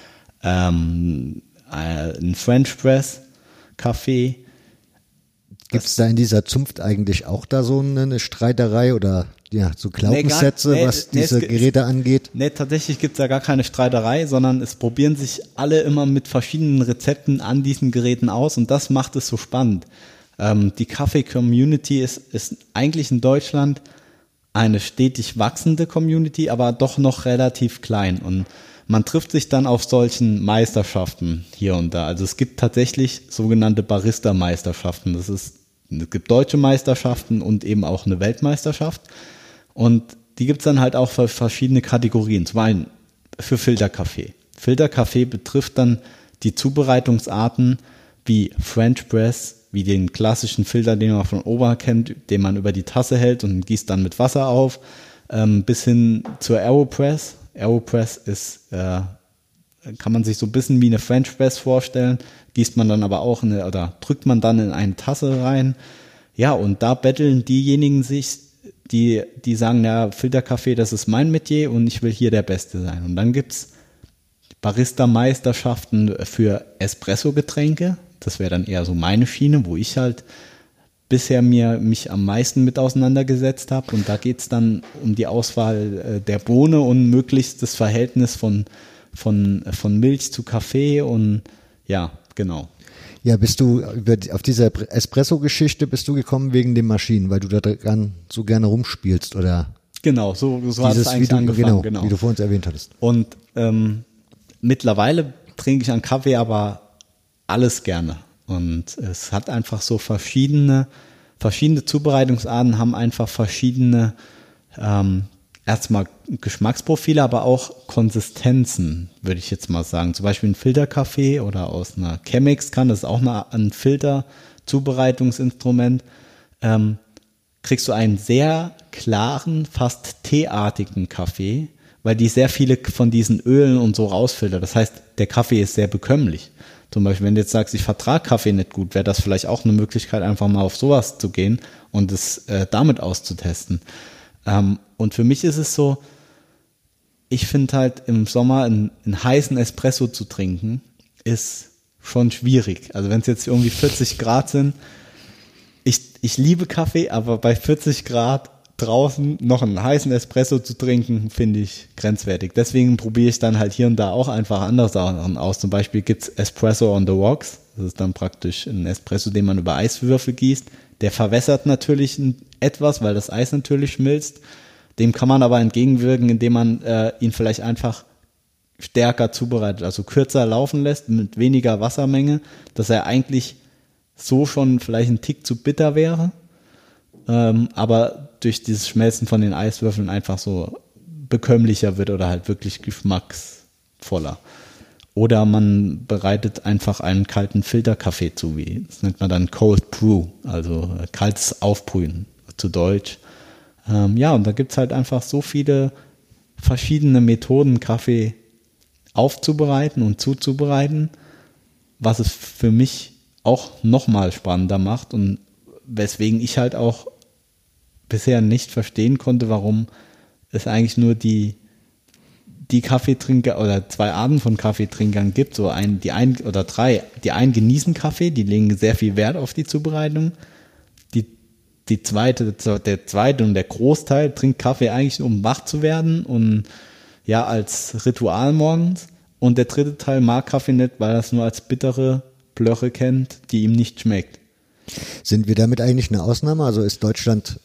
ähm, einen French Press Kaffee. Gibt es da in dieser Zunft eigentlich auch da so eine Streiterei oder ja, so Glaubenssätze, nee, gar, nee, was diese nee, Geräte es, angeht? Nee, tatsächlich gibt es da gar keine Streiterei, sondern es probieren sich alle immer mit verschiedenen Rezepten an diesen Geräten aus und das macht es so spannend. Ähm, die Kaffee-Community ist, ist eigentlich in Deutschland eine stetig wachsende Community, aber doch noch relativ klein und man trifft sich dann auf solchen Meisterschaften hier und da. Also es gibt tatsächlich sogenannte Barista-Meisterschaften. Das ist, es gibt deutsche Meisterschaften und eben auch eine Weltmeisterschaft. Und die gibt es dann halt auch für verschiedene Kategorien. Zum einen für Filterkaffee. Filterkaffee betrifft dann die Zubereitungsarten wie French Press, wie den klassischen Filter, den man von Ober kennt, den man über die Tasse hält und gießt dann mit Wasser auf, ähm, bis hin zur Aeropress. Aeropress ist, äh, kann man sich so ein bisschen wie eine French Press vorstellen, gießt man dann aber auch in eine, oder drückt man dann in eine Tasse rein, ja, und da betteln diejenigen sich, die, die sagen, ja, Filterkaffee, das ist mein Metier und ich will hier der Beste sein. Und dann gibt's Barista-Meisterschaften für Espresso-Getränke. Das wäre dann eher so meine Schiene, wo ich halt bisher mir mich am meisten mit auseinandergesetzt habe. Und da geht's dann um die Auswahl der Bohne und möglichst das Verhältnis von, von, von Milch zu Kaffee und ja, genau. Ja, bist du über, auf diese Espresso-Geschichte bist du gekommen wegen den Maschinen, weil du da dran so gerne rumspielst, oder? Genau, so, so hat es eigentlich du, angefangen. Genau, genau, wie du vorhin erwähnt hattest. Und ähm, mittlerweile trinke ich an Kaffee aber alles gerne. Und es hat einfach so verschiedene, verschiedene Zubereitungsarten, haben einfach verschiedene ähm, erstmal Geschmacksprofile, aber auch Konsistenzen, würde ich jetzt mal sagen. Zum Beispiel ein Filterkaffee oder aus einer Chemex kann, das ist auch eine, ein Filterzubereitungsinstrument, ähm, kriegst du einen sehr klaren, fast teeartigen Kaffee, weil die sehr viele von diesen Ölen und so rausfiltert. Das heißt, der Kaffee ist sehr bekömmlich. Zum Beispiel, wenn du jetzt sagst, ich vertrage Kaffee nicht gut, wäre das vielleicht auch eine Möglichkeit, einfach mal auf sowas zu gehen und es äh, damit auszutesten. Ähm, und für mich ist es so, ich finde halt im Sommer einen, einen heißen Espresso zu trinken, ist schon schwierig. Also wenn es jetzt irgendwie vierzig Grad sind, ich, ich liebe Kaffee, aber bei vierzig Grad draußen noch einen heißen Espresso zu trinken, finde ich grenzwertig. Deswegen probiere ich dann halt hier und da auch einfach andere Sachen aus. Zum Beispiel gibt's Espresso on the Rocks. Das ist dann praktisch ein Espresso, den man über Eiswürfel gießt. Der verwässert natürlich etwas, weil das Eis natürlich schmilzt. Dem kann man aber entgegenwirken, indem man äh, ihn vielleicht einfach stärker zubereitet, also kürzer laufen lässt, mit weniger Wassermenge, dass er eigentlich so schon vielleicht ein Tick zu bitter wäre, ähm, aber durch dieses Schmelzen von den Eiswürfeln einfach so bekömmlicher wird oder halt wirklich geschmacksvoller. Oder man bereitet einfach einen kalten Filterkaffee zu, wie das nennt man dann Cold Brew, also kaltes Aufbrühen zu Deutsch. Ähm, ja, und da gibt's halt einfach so viele verschiedene Methoden, Kaffee aufzubereiten und zuzubereiten, was es für mich auch nochmal spannender macht und weswegen ich halt auch bisher nicht verstehen konnte, warum es eigentlich nur die die Kaffeetrinker oder zwei Arten von Kaffeetrinkern gibt, so ein, die ein oder drei, die einen genießen Kaffee, die legen sehr viel Wert auf die Zubereitung, die, die zweite, der zweite und der Großteil trinkt Kaffee eigentlich nur, um wach zu werden und ja, als Ritual morgens, und der dritte Teil mag Kaffee nicht, weil er es nur als bittere Blöche kennt, die ihm nicht schmeckt. Sind wir damit eigentlich eine Ausnahme? Also ist Deutschland,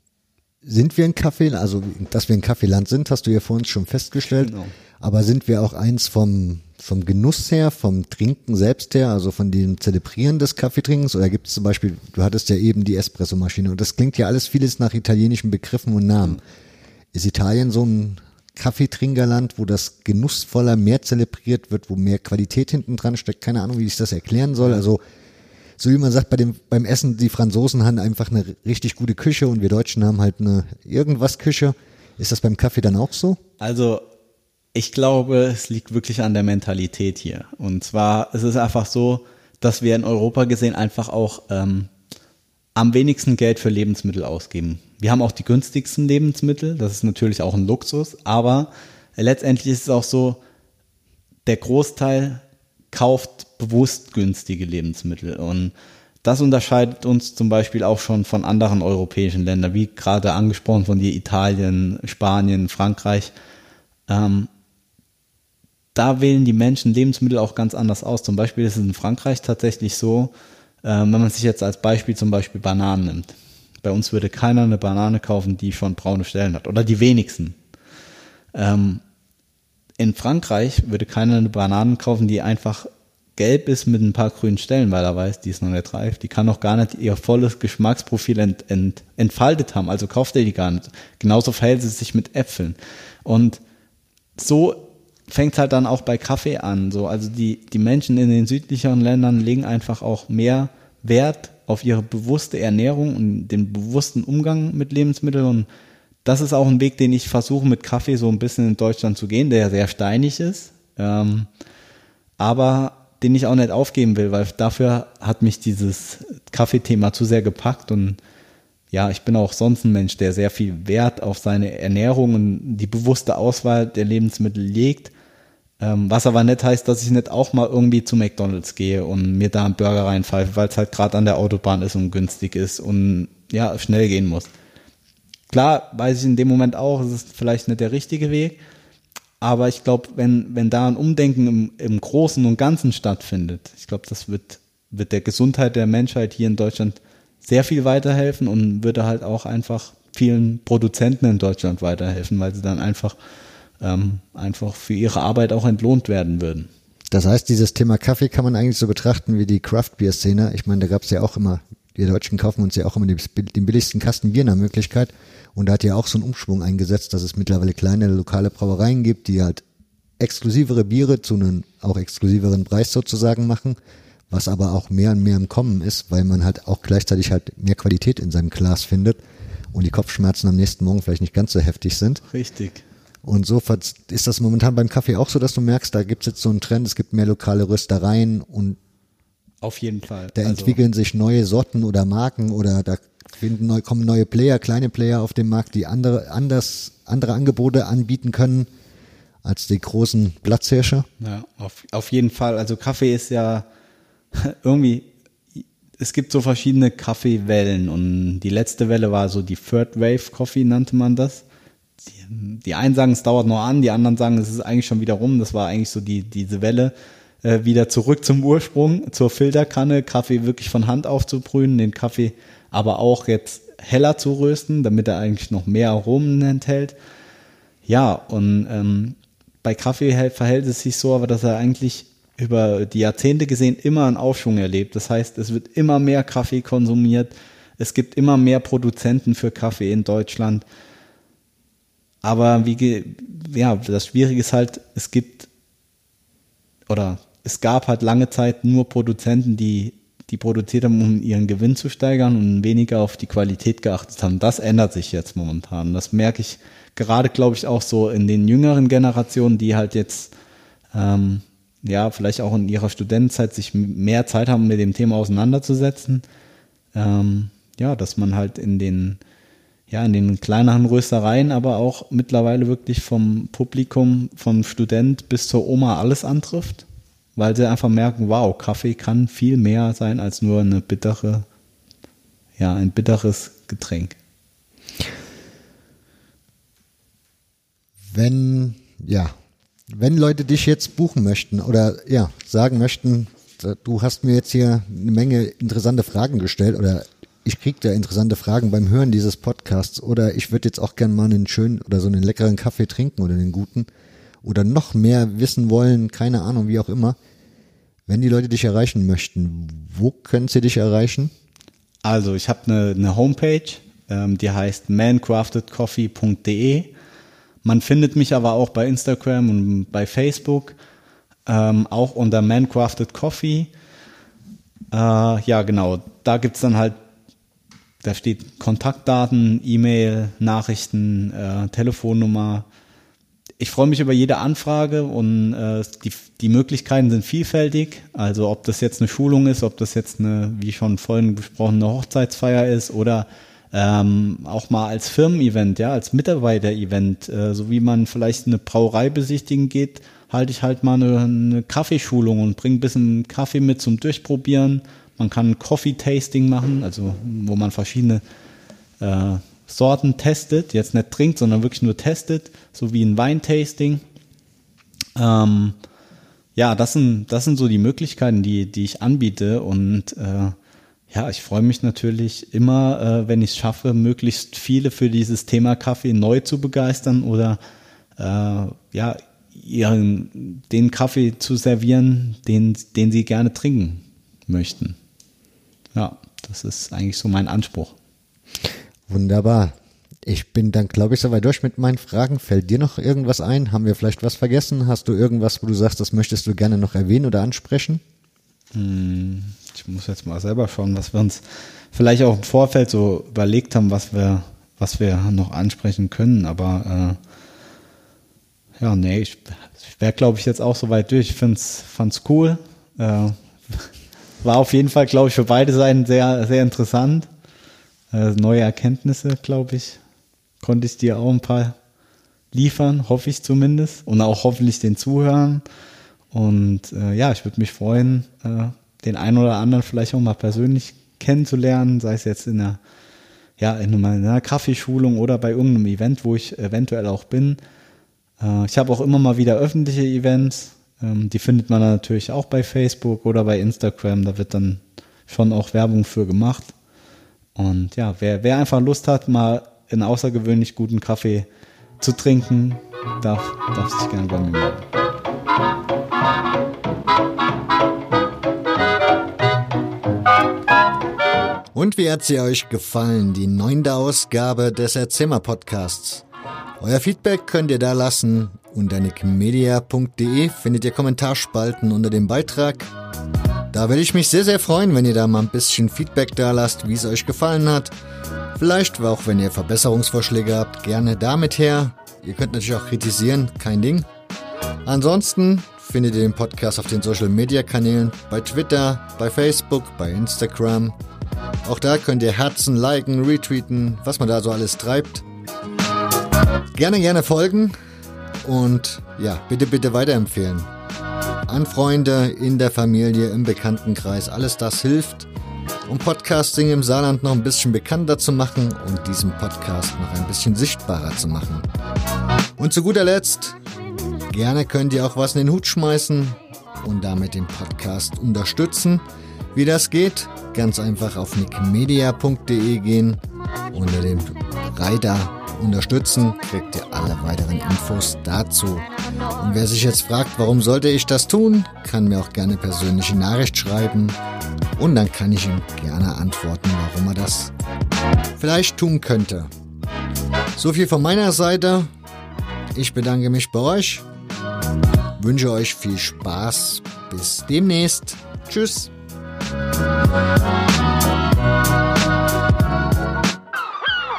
sind wir ein Kaffee, also dass wir ein Kaffeeland sind, hast du ja vor uns schon festgestellt, genau. Aber sind wir auch eins vom, vom Genuss her, vom Trinken selbst her, also von dem Zelebrieren des Kaffeetrinkens, oder gibt es zum Beispiel, du hattest ja eben die Espressomaschine und das klingt ja alles vieles nach italienischen Begriffen und Namen. Mhm. Ist Italien so ein Kaffeetrinkerland, wo das genussvoller mehr zelebriert wird, wo mehr Qualität hinten dran steckt? Keine Ahnung, wie ich das erklären soll, also so wie man sagt, bei dem, beim Essen, die Franzosen haben einfach eine richtig gute Küche und wir Deutschen haben halt eine irgendwas Küche. Ist das beim Kaffee dann auch so? Also ich glaube, es liegt wirklich an der Mentalität hier. Und zwar ist es einfach so, dass wir in Europa gesehen einfach auch ähm, am wenigsten Geld für Lebensmittel ausgeben. Wir haben auch die günstigsten Lebensmittel, das ist natürlich auch ein Luxus, aber letztendlich ist es auch so, der Großteil kauft bewusst günstige Lebensmittel und das unterscheidet uns zum Beispiel auch schon von anderen europäischen Ländern, wie gerade angesprochen von dir, Italien, Spanien, Frankreich. Ähm, da wählen die Menschen Lebensmittel auch ganz anders aus. Zum Beispiel ist es in Frankreich tatsächlich so, ähm, wenn man sich jetzt als Beispiel zum Beispiel Bananen nimmt. Bei uns würde keiner eine Banane kaufen, die schon braune Stellen hat oder die wenigsten. Ähm, in Frankreich würde keiner eine Banane kaufen, die einfach gelb ist mit ein paar grünen Stellen, weil er weiß, die ist noch nicht reif. Die kann noch gar nicht ihr volles Geschmacksprofil ent, ent, entfaltet haben, also kauft er die gar nicht. Genauso verhält es sich mit Äpfeln. Und so fängt halt dann auch bei Kaffee an. So, also die, die Menschen in den südlicheren Ländern legen einfach auch mehr Wert auf ihre bewusste Ernährung und den bewussten Umgang mit Lebensmitteln. Und das ist auch ein Weg, den ich versuche mit Kaffee so ein bisschen in Deutschland zu gehen, der ja sehr steinig ist. Ähm, aber den ich auch nicht aufgeben will, weil dafür hat mich dieses Kaffeethema zu sehr gepackt und ja, ich bin auch sonst ein Mensch, der sehr viel Wert auf seine Ernährung und die bewusste Auswahl der Lebensmittel legt, ähm, was aber nicht heißt, dass ich nicht auch mal irgendwie zu McDonald's gehe und mir da einen Burger reinpfeife, weil es halt gerade an der Autobahn ist und günstig ist und ja, schnell gehen muss. Klar weiß ich in dem Moment auch, es ist vielleicht nicht der richtige Weg, aber ich glaube, wenn wenn da ein Umdenken im, im Großen und Ganzen stattfindet, ich glaube, das wird wird der Gesundheit der Menschheit hier in Deutschland sehr viel weiterhelfen und würde halt auch einfach vielen Produzenten in Deutschland weiterhelfen, weil sie dann einfach ähm, einfach für ihre Arbeit auch entlohnt werden würden. Das heißt, dieses Thema Kaffee kann man eigentlich so betrachten wie die Craft-Bier-Szene. Ich meine, da gab es ja auch immer, wir Deutschen kaufen uns ja auch immer den, den billigsten Kasten Bier nach Möglichkeit. Und da hat ja auch so ein Umschwung eingesetzt, dass es mittlerweile kleine lokale Brauereien gibt, die halt exklusivere Biere zu einem auch exklusiveren Preis sozusagen machen, was aber auch mehr und mehr im Kommen ist, weil man halt auch gleichzeitig halt mehr Qualität in seinem Glas findet und die Kopfschmerzen am nächsten Morgen vielleicht nicht ganz so heftig sind. Richtig. Und so ist das momentan beim Kaffee auch so, dass du merkst, da gibt es jetzt so einen Trend, es gibt mehr lokale Röstereien und auf jeden Fall. Da also, entwickeln sich neue Sorten oder Marken oder da finden neu, kommen neue Player, kleine Player auf den Markt, die andere, anders, andere Angebote anbieten können als die großen Platzhirsche. Ja, auf, auf jeden Fall. Also Kaffee ist ja irgendwie, es gibt so verschiedene Kaffeewellen und die letzte Welle war so die Third Wave Coffee, nannte man das. Die, die einen sagen, es dauert noch an, die anderen sagen, es ist eigentlich schon wieder rum. Das war eigentlich so die diese Welle, äh, wieder zurück zum Ursprung, zur Filterkanne, Kaffee wirklich von Hand aufzubrühen, den Kaffee aber auch jetzt heller zu rösten, damit er eigentlich noch mehr Aromen enthält. Ja, und ähm, bei Kaffee verhält es sich so, aber dass er eigentlich über die Jahrzehnte gesehen immer einen Aufschwung erlebt. Das heißt, es wird immer mehr Kaffee konsumiert. Es gibt immer mehr Produzenten für Kaffee in Deutschland. Aber wie, ja, das Schwierige ist halt, es gibt oder es gab halt lange Zeit nur Produzenten, die die produziert haben, um ihren Gewinn zu steigern und weniger auf die Qualität geachtet haben. Das ändert sich jetzt momentan. Das merke ich gerade, glaube ich, auch so in den jüngeren Generationen, die halt jetzt ähm, ja vielleicht auch in ihrer Studentenzeit sich mehr Zeit haben, mit dem Thema auseinanderzusetzen. Ähm, ja, dass man halt in den ja in den kleineren Röstereien, aber auch mittlerweile wirklich vom Publikum, vom Student bis zur Oma alles antrifft, weil sie einfach merken, wow, Kaffee kann viel mehr sein als nur eine bittere, ja, ein bitteres Getränk. Wenn, ja, wenn Leute dich jetzt buchen möchten oder ja, sagen möchten, du hast mir jetzt hier eine Menge interessante Fragen gestellt oder ich kriege da interessante Fragen beim Hören dieses Podcasts oder ich würde jetzt auch gerne mal einen schönen oder so einen leckeren Kaffee trinken oder einen guten oder noch mehr wissen wollen, keine Ahnung, wie auch immer. Wenn die Leute dich erreichen möchten, wo können sie dich erreichen? Also ich habe eine, eine Homepage, ähm, die heißt man crafted coffee punkt de. Man findet mich aber auch bei Instagram und bei Facebook, ähm, auch unter mancraftedcoffee. Äh, ja genau, da gibt's dann halt, da steht Kontaktdaten, E-Mail, Nachrichten, äh, Telefonnummer. Ich freue mich über jede Anfrage und äh, die, die Möglichkeiten sind vielfältig. Also ob das jetzt eine Schulung ist, ob das jetzt eine, wie schon vorhin besprochen, eine Hochzeitsfeier ist oder ähm, auch mal als Firmen-Event, ja, als Mitarbeiter-Event, äh, so wie man vielleicht eine Brauerei besichtigen geht, halte ich halt mal eine, eine Kaffeeschulung und bringe ein bisschen Kaffee mit zum Durchprobieren. Man kann Coffee-Tasting machen, also wo man verschiedene äh, Sorten testet, jetzt nicht trinkt, sondern wirklich nur testet, so wie ein Weintasting. Ähm, ja, das sind, das sind so die Möglichkeiten, die, die ich anbiete und äh, ja, ich freue mich natürlich immer, äh, wenn ich es schaffe, möglichst viele für dieses Thema Kaffee neu zu begeistern oder äh, ja, ihren, den Kaffee zu servieren, den, den sie gerne trinken möchten. Ja, das ist eigentlich so mein Anspruch. Wunderbar. Ich bin dann, glaube ich, soweit durch mit meinen Fragen. Fällt dir noch irgendwas ein? Haben wir vielleicht was vergessen? Hast du irgendwas, wo du sagst, das möchtest du gerne noch erwähnen oder ansprechen? Ich muss jetzt mal selber schauen, was wir uns vielleicht auch im Vorfeld so überlegt haben, was wir, was wir noch ansprechen können. Aber äh, ja, nee, ich, ich wäre, glaube ich, jetzt auch soweit durch. Ich fand's, fand's cool. Äh, war auf jeden Fall, glaube ich, für beide Seiten sehr, sehr interessant. Äh, neue Erkenntnisse, glaube ich, konnte ich dir auch ein paar liefern, hoffe ich zumindest. Und auch hoffentlich den Zuhörern. Und äh, ja, ich würde mich freuen, äh, den einen oder anderen vielleicht auch mal persönlich kennenzulernen, sei es jetzt in einer, ja, in einer, in einer Kaffeeschulung oder bei irgendeinem Event, wo ich eventuell auch bin. Äh, ich habe auch immer mal wieder öffentliche Events, ähm, die findet man natürlich auch bei Facebook oder bei Instagram, da wird dann schon auch Werbung für gemacht. Und ja, wer, wer einfach Lust hat, mal einen außergewöhnlich guten Kaffee zu trinken, darf, darf sich gerne bei mir melden. Und wie hat sie euch gefallen, die neunte Ausgabe des Erzähler-Podcasts? Euer Feedback könnt ihr da lassen. Unter nickmedia punkt de findet ihr Kommentarspalten unter dem Beitrag. Da würde ich mich sehr, sehr freuen, wenn ihr da mal ein bisschen Feedback da lasst, wie es euch gefallen hat. Vielleicht auch, wenn ihr Verbesserungsvorschläge habt, gerne damit her. Ihr könnt natürlich auch kritisieren, kein Ding. Ansonsten findet ihr den Podcast auf den Social-Media-Kanälen, bei Twitter, bei Facebook, bei Instagram. Auch da könnt ihr Herzen, liken, retweeten, was man da so alles treibt. Gerne, gerne folgen und ja, bitte, bitte weiterempfehlen. An Freunde, in der Familie, im Bekanntenkreis, alles das hilft, um Podcasting im Saarland noch ein bisschen bekannter zu machen und diesen Podcast noch ein bisschen sichtbarer zu machen. Und zu guter Letzt, gerne könnt ihr auch was in den Hut schmeißen und damit den Podcast unterstützen. Wie das geht? Ganz einfach auf nickmedia punkt de gehen. Unter dem Reiter unterstützen kriegt ihr alle weiteren Infos dazu. Und wer sich jetzt fragt, warum sollte ich das tun, kann mir auch gerne persönliche Nachricht schreiben. Und dann kann ich ihm gerne antworten, warum er das vielleicht tun könnte. So viel von meiner Seite. Ich bedanke mich bei euch. Wünsche euch viel Spaß. Bis demnächst. Tschüss.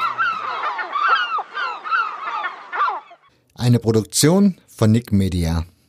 Eine Produktion von Nick Media.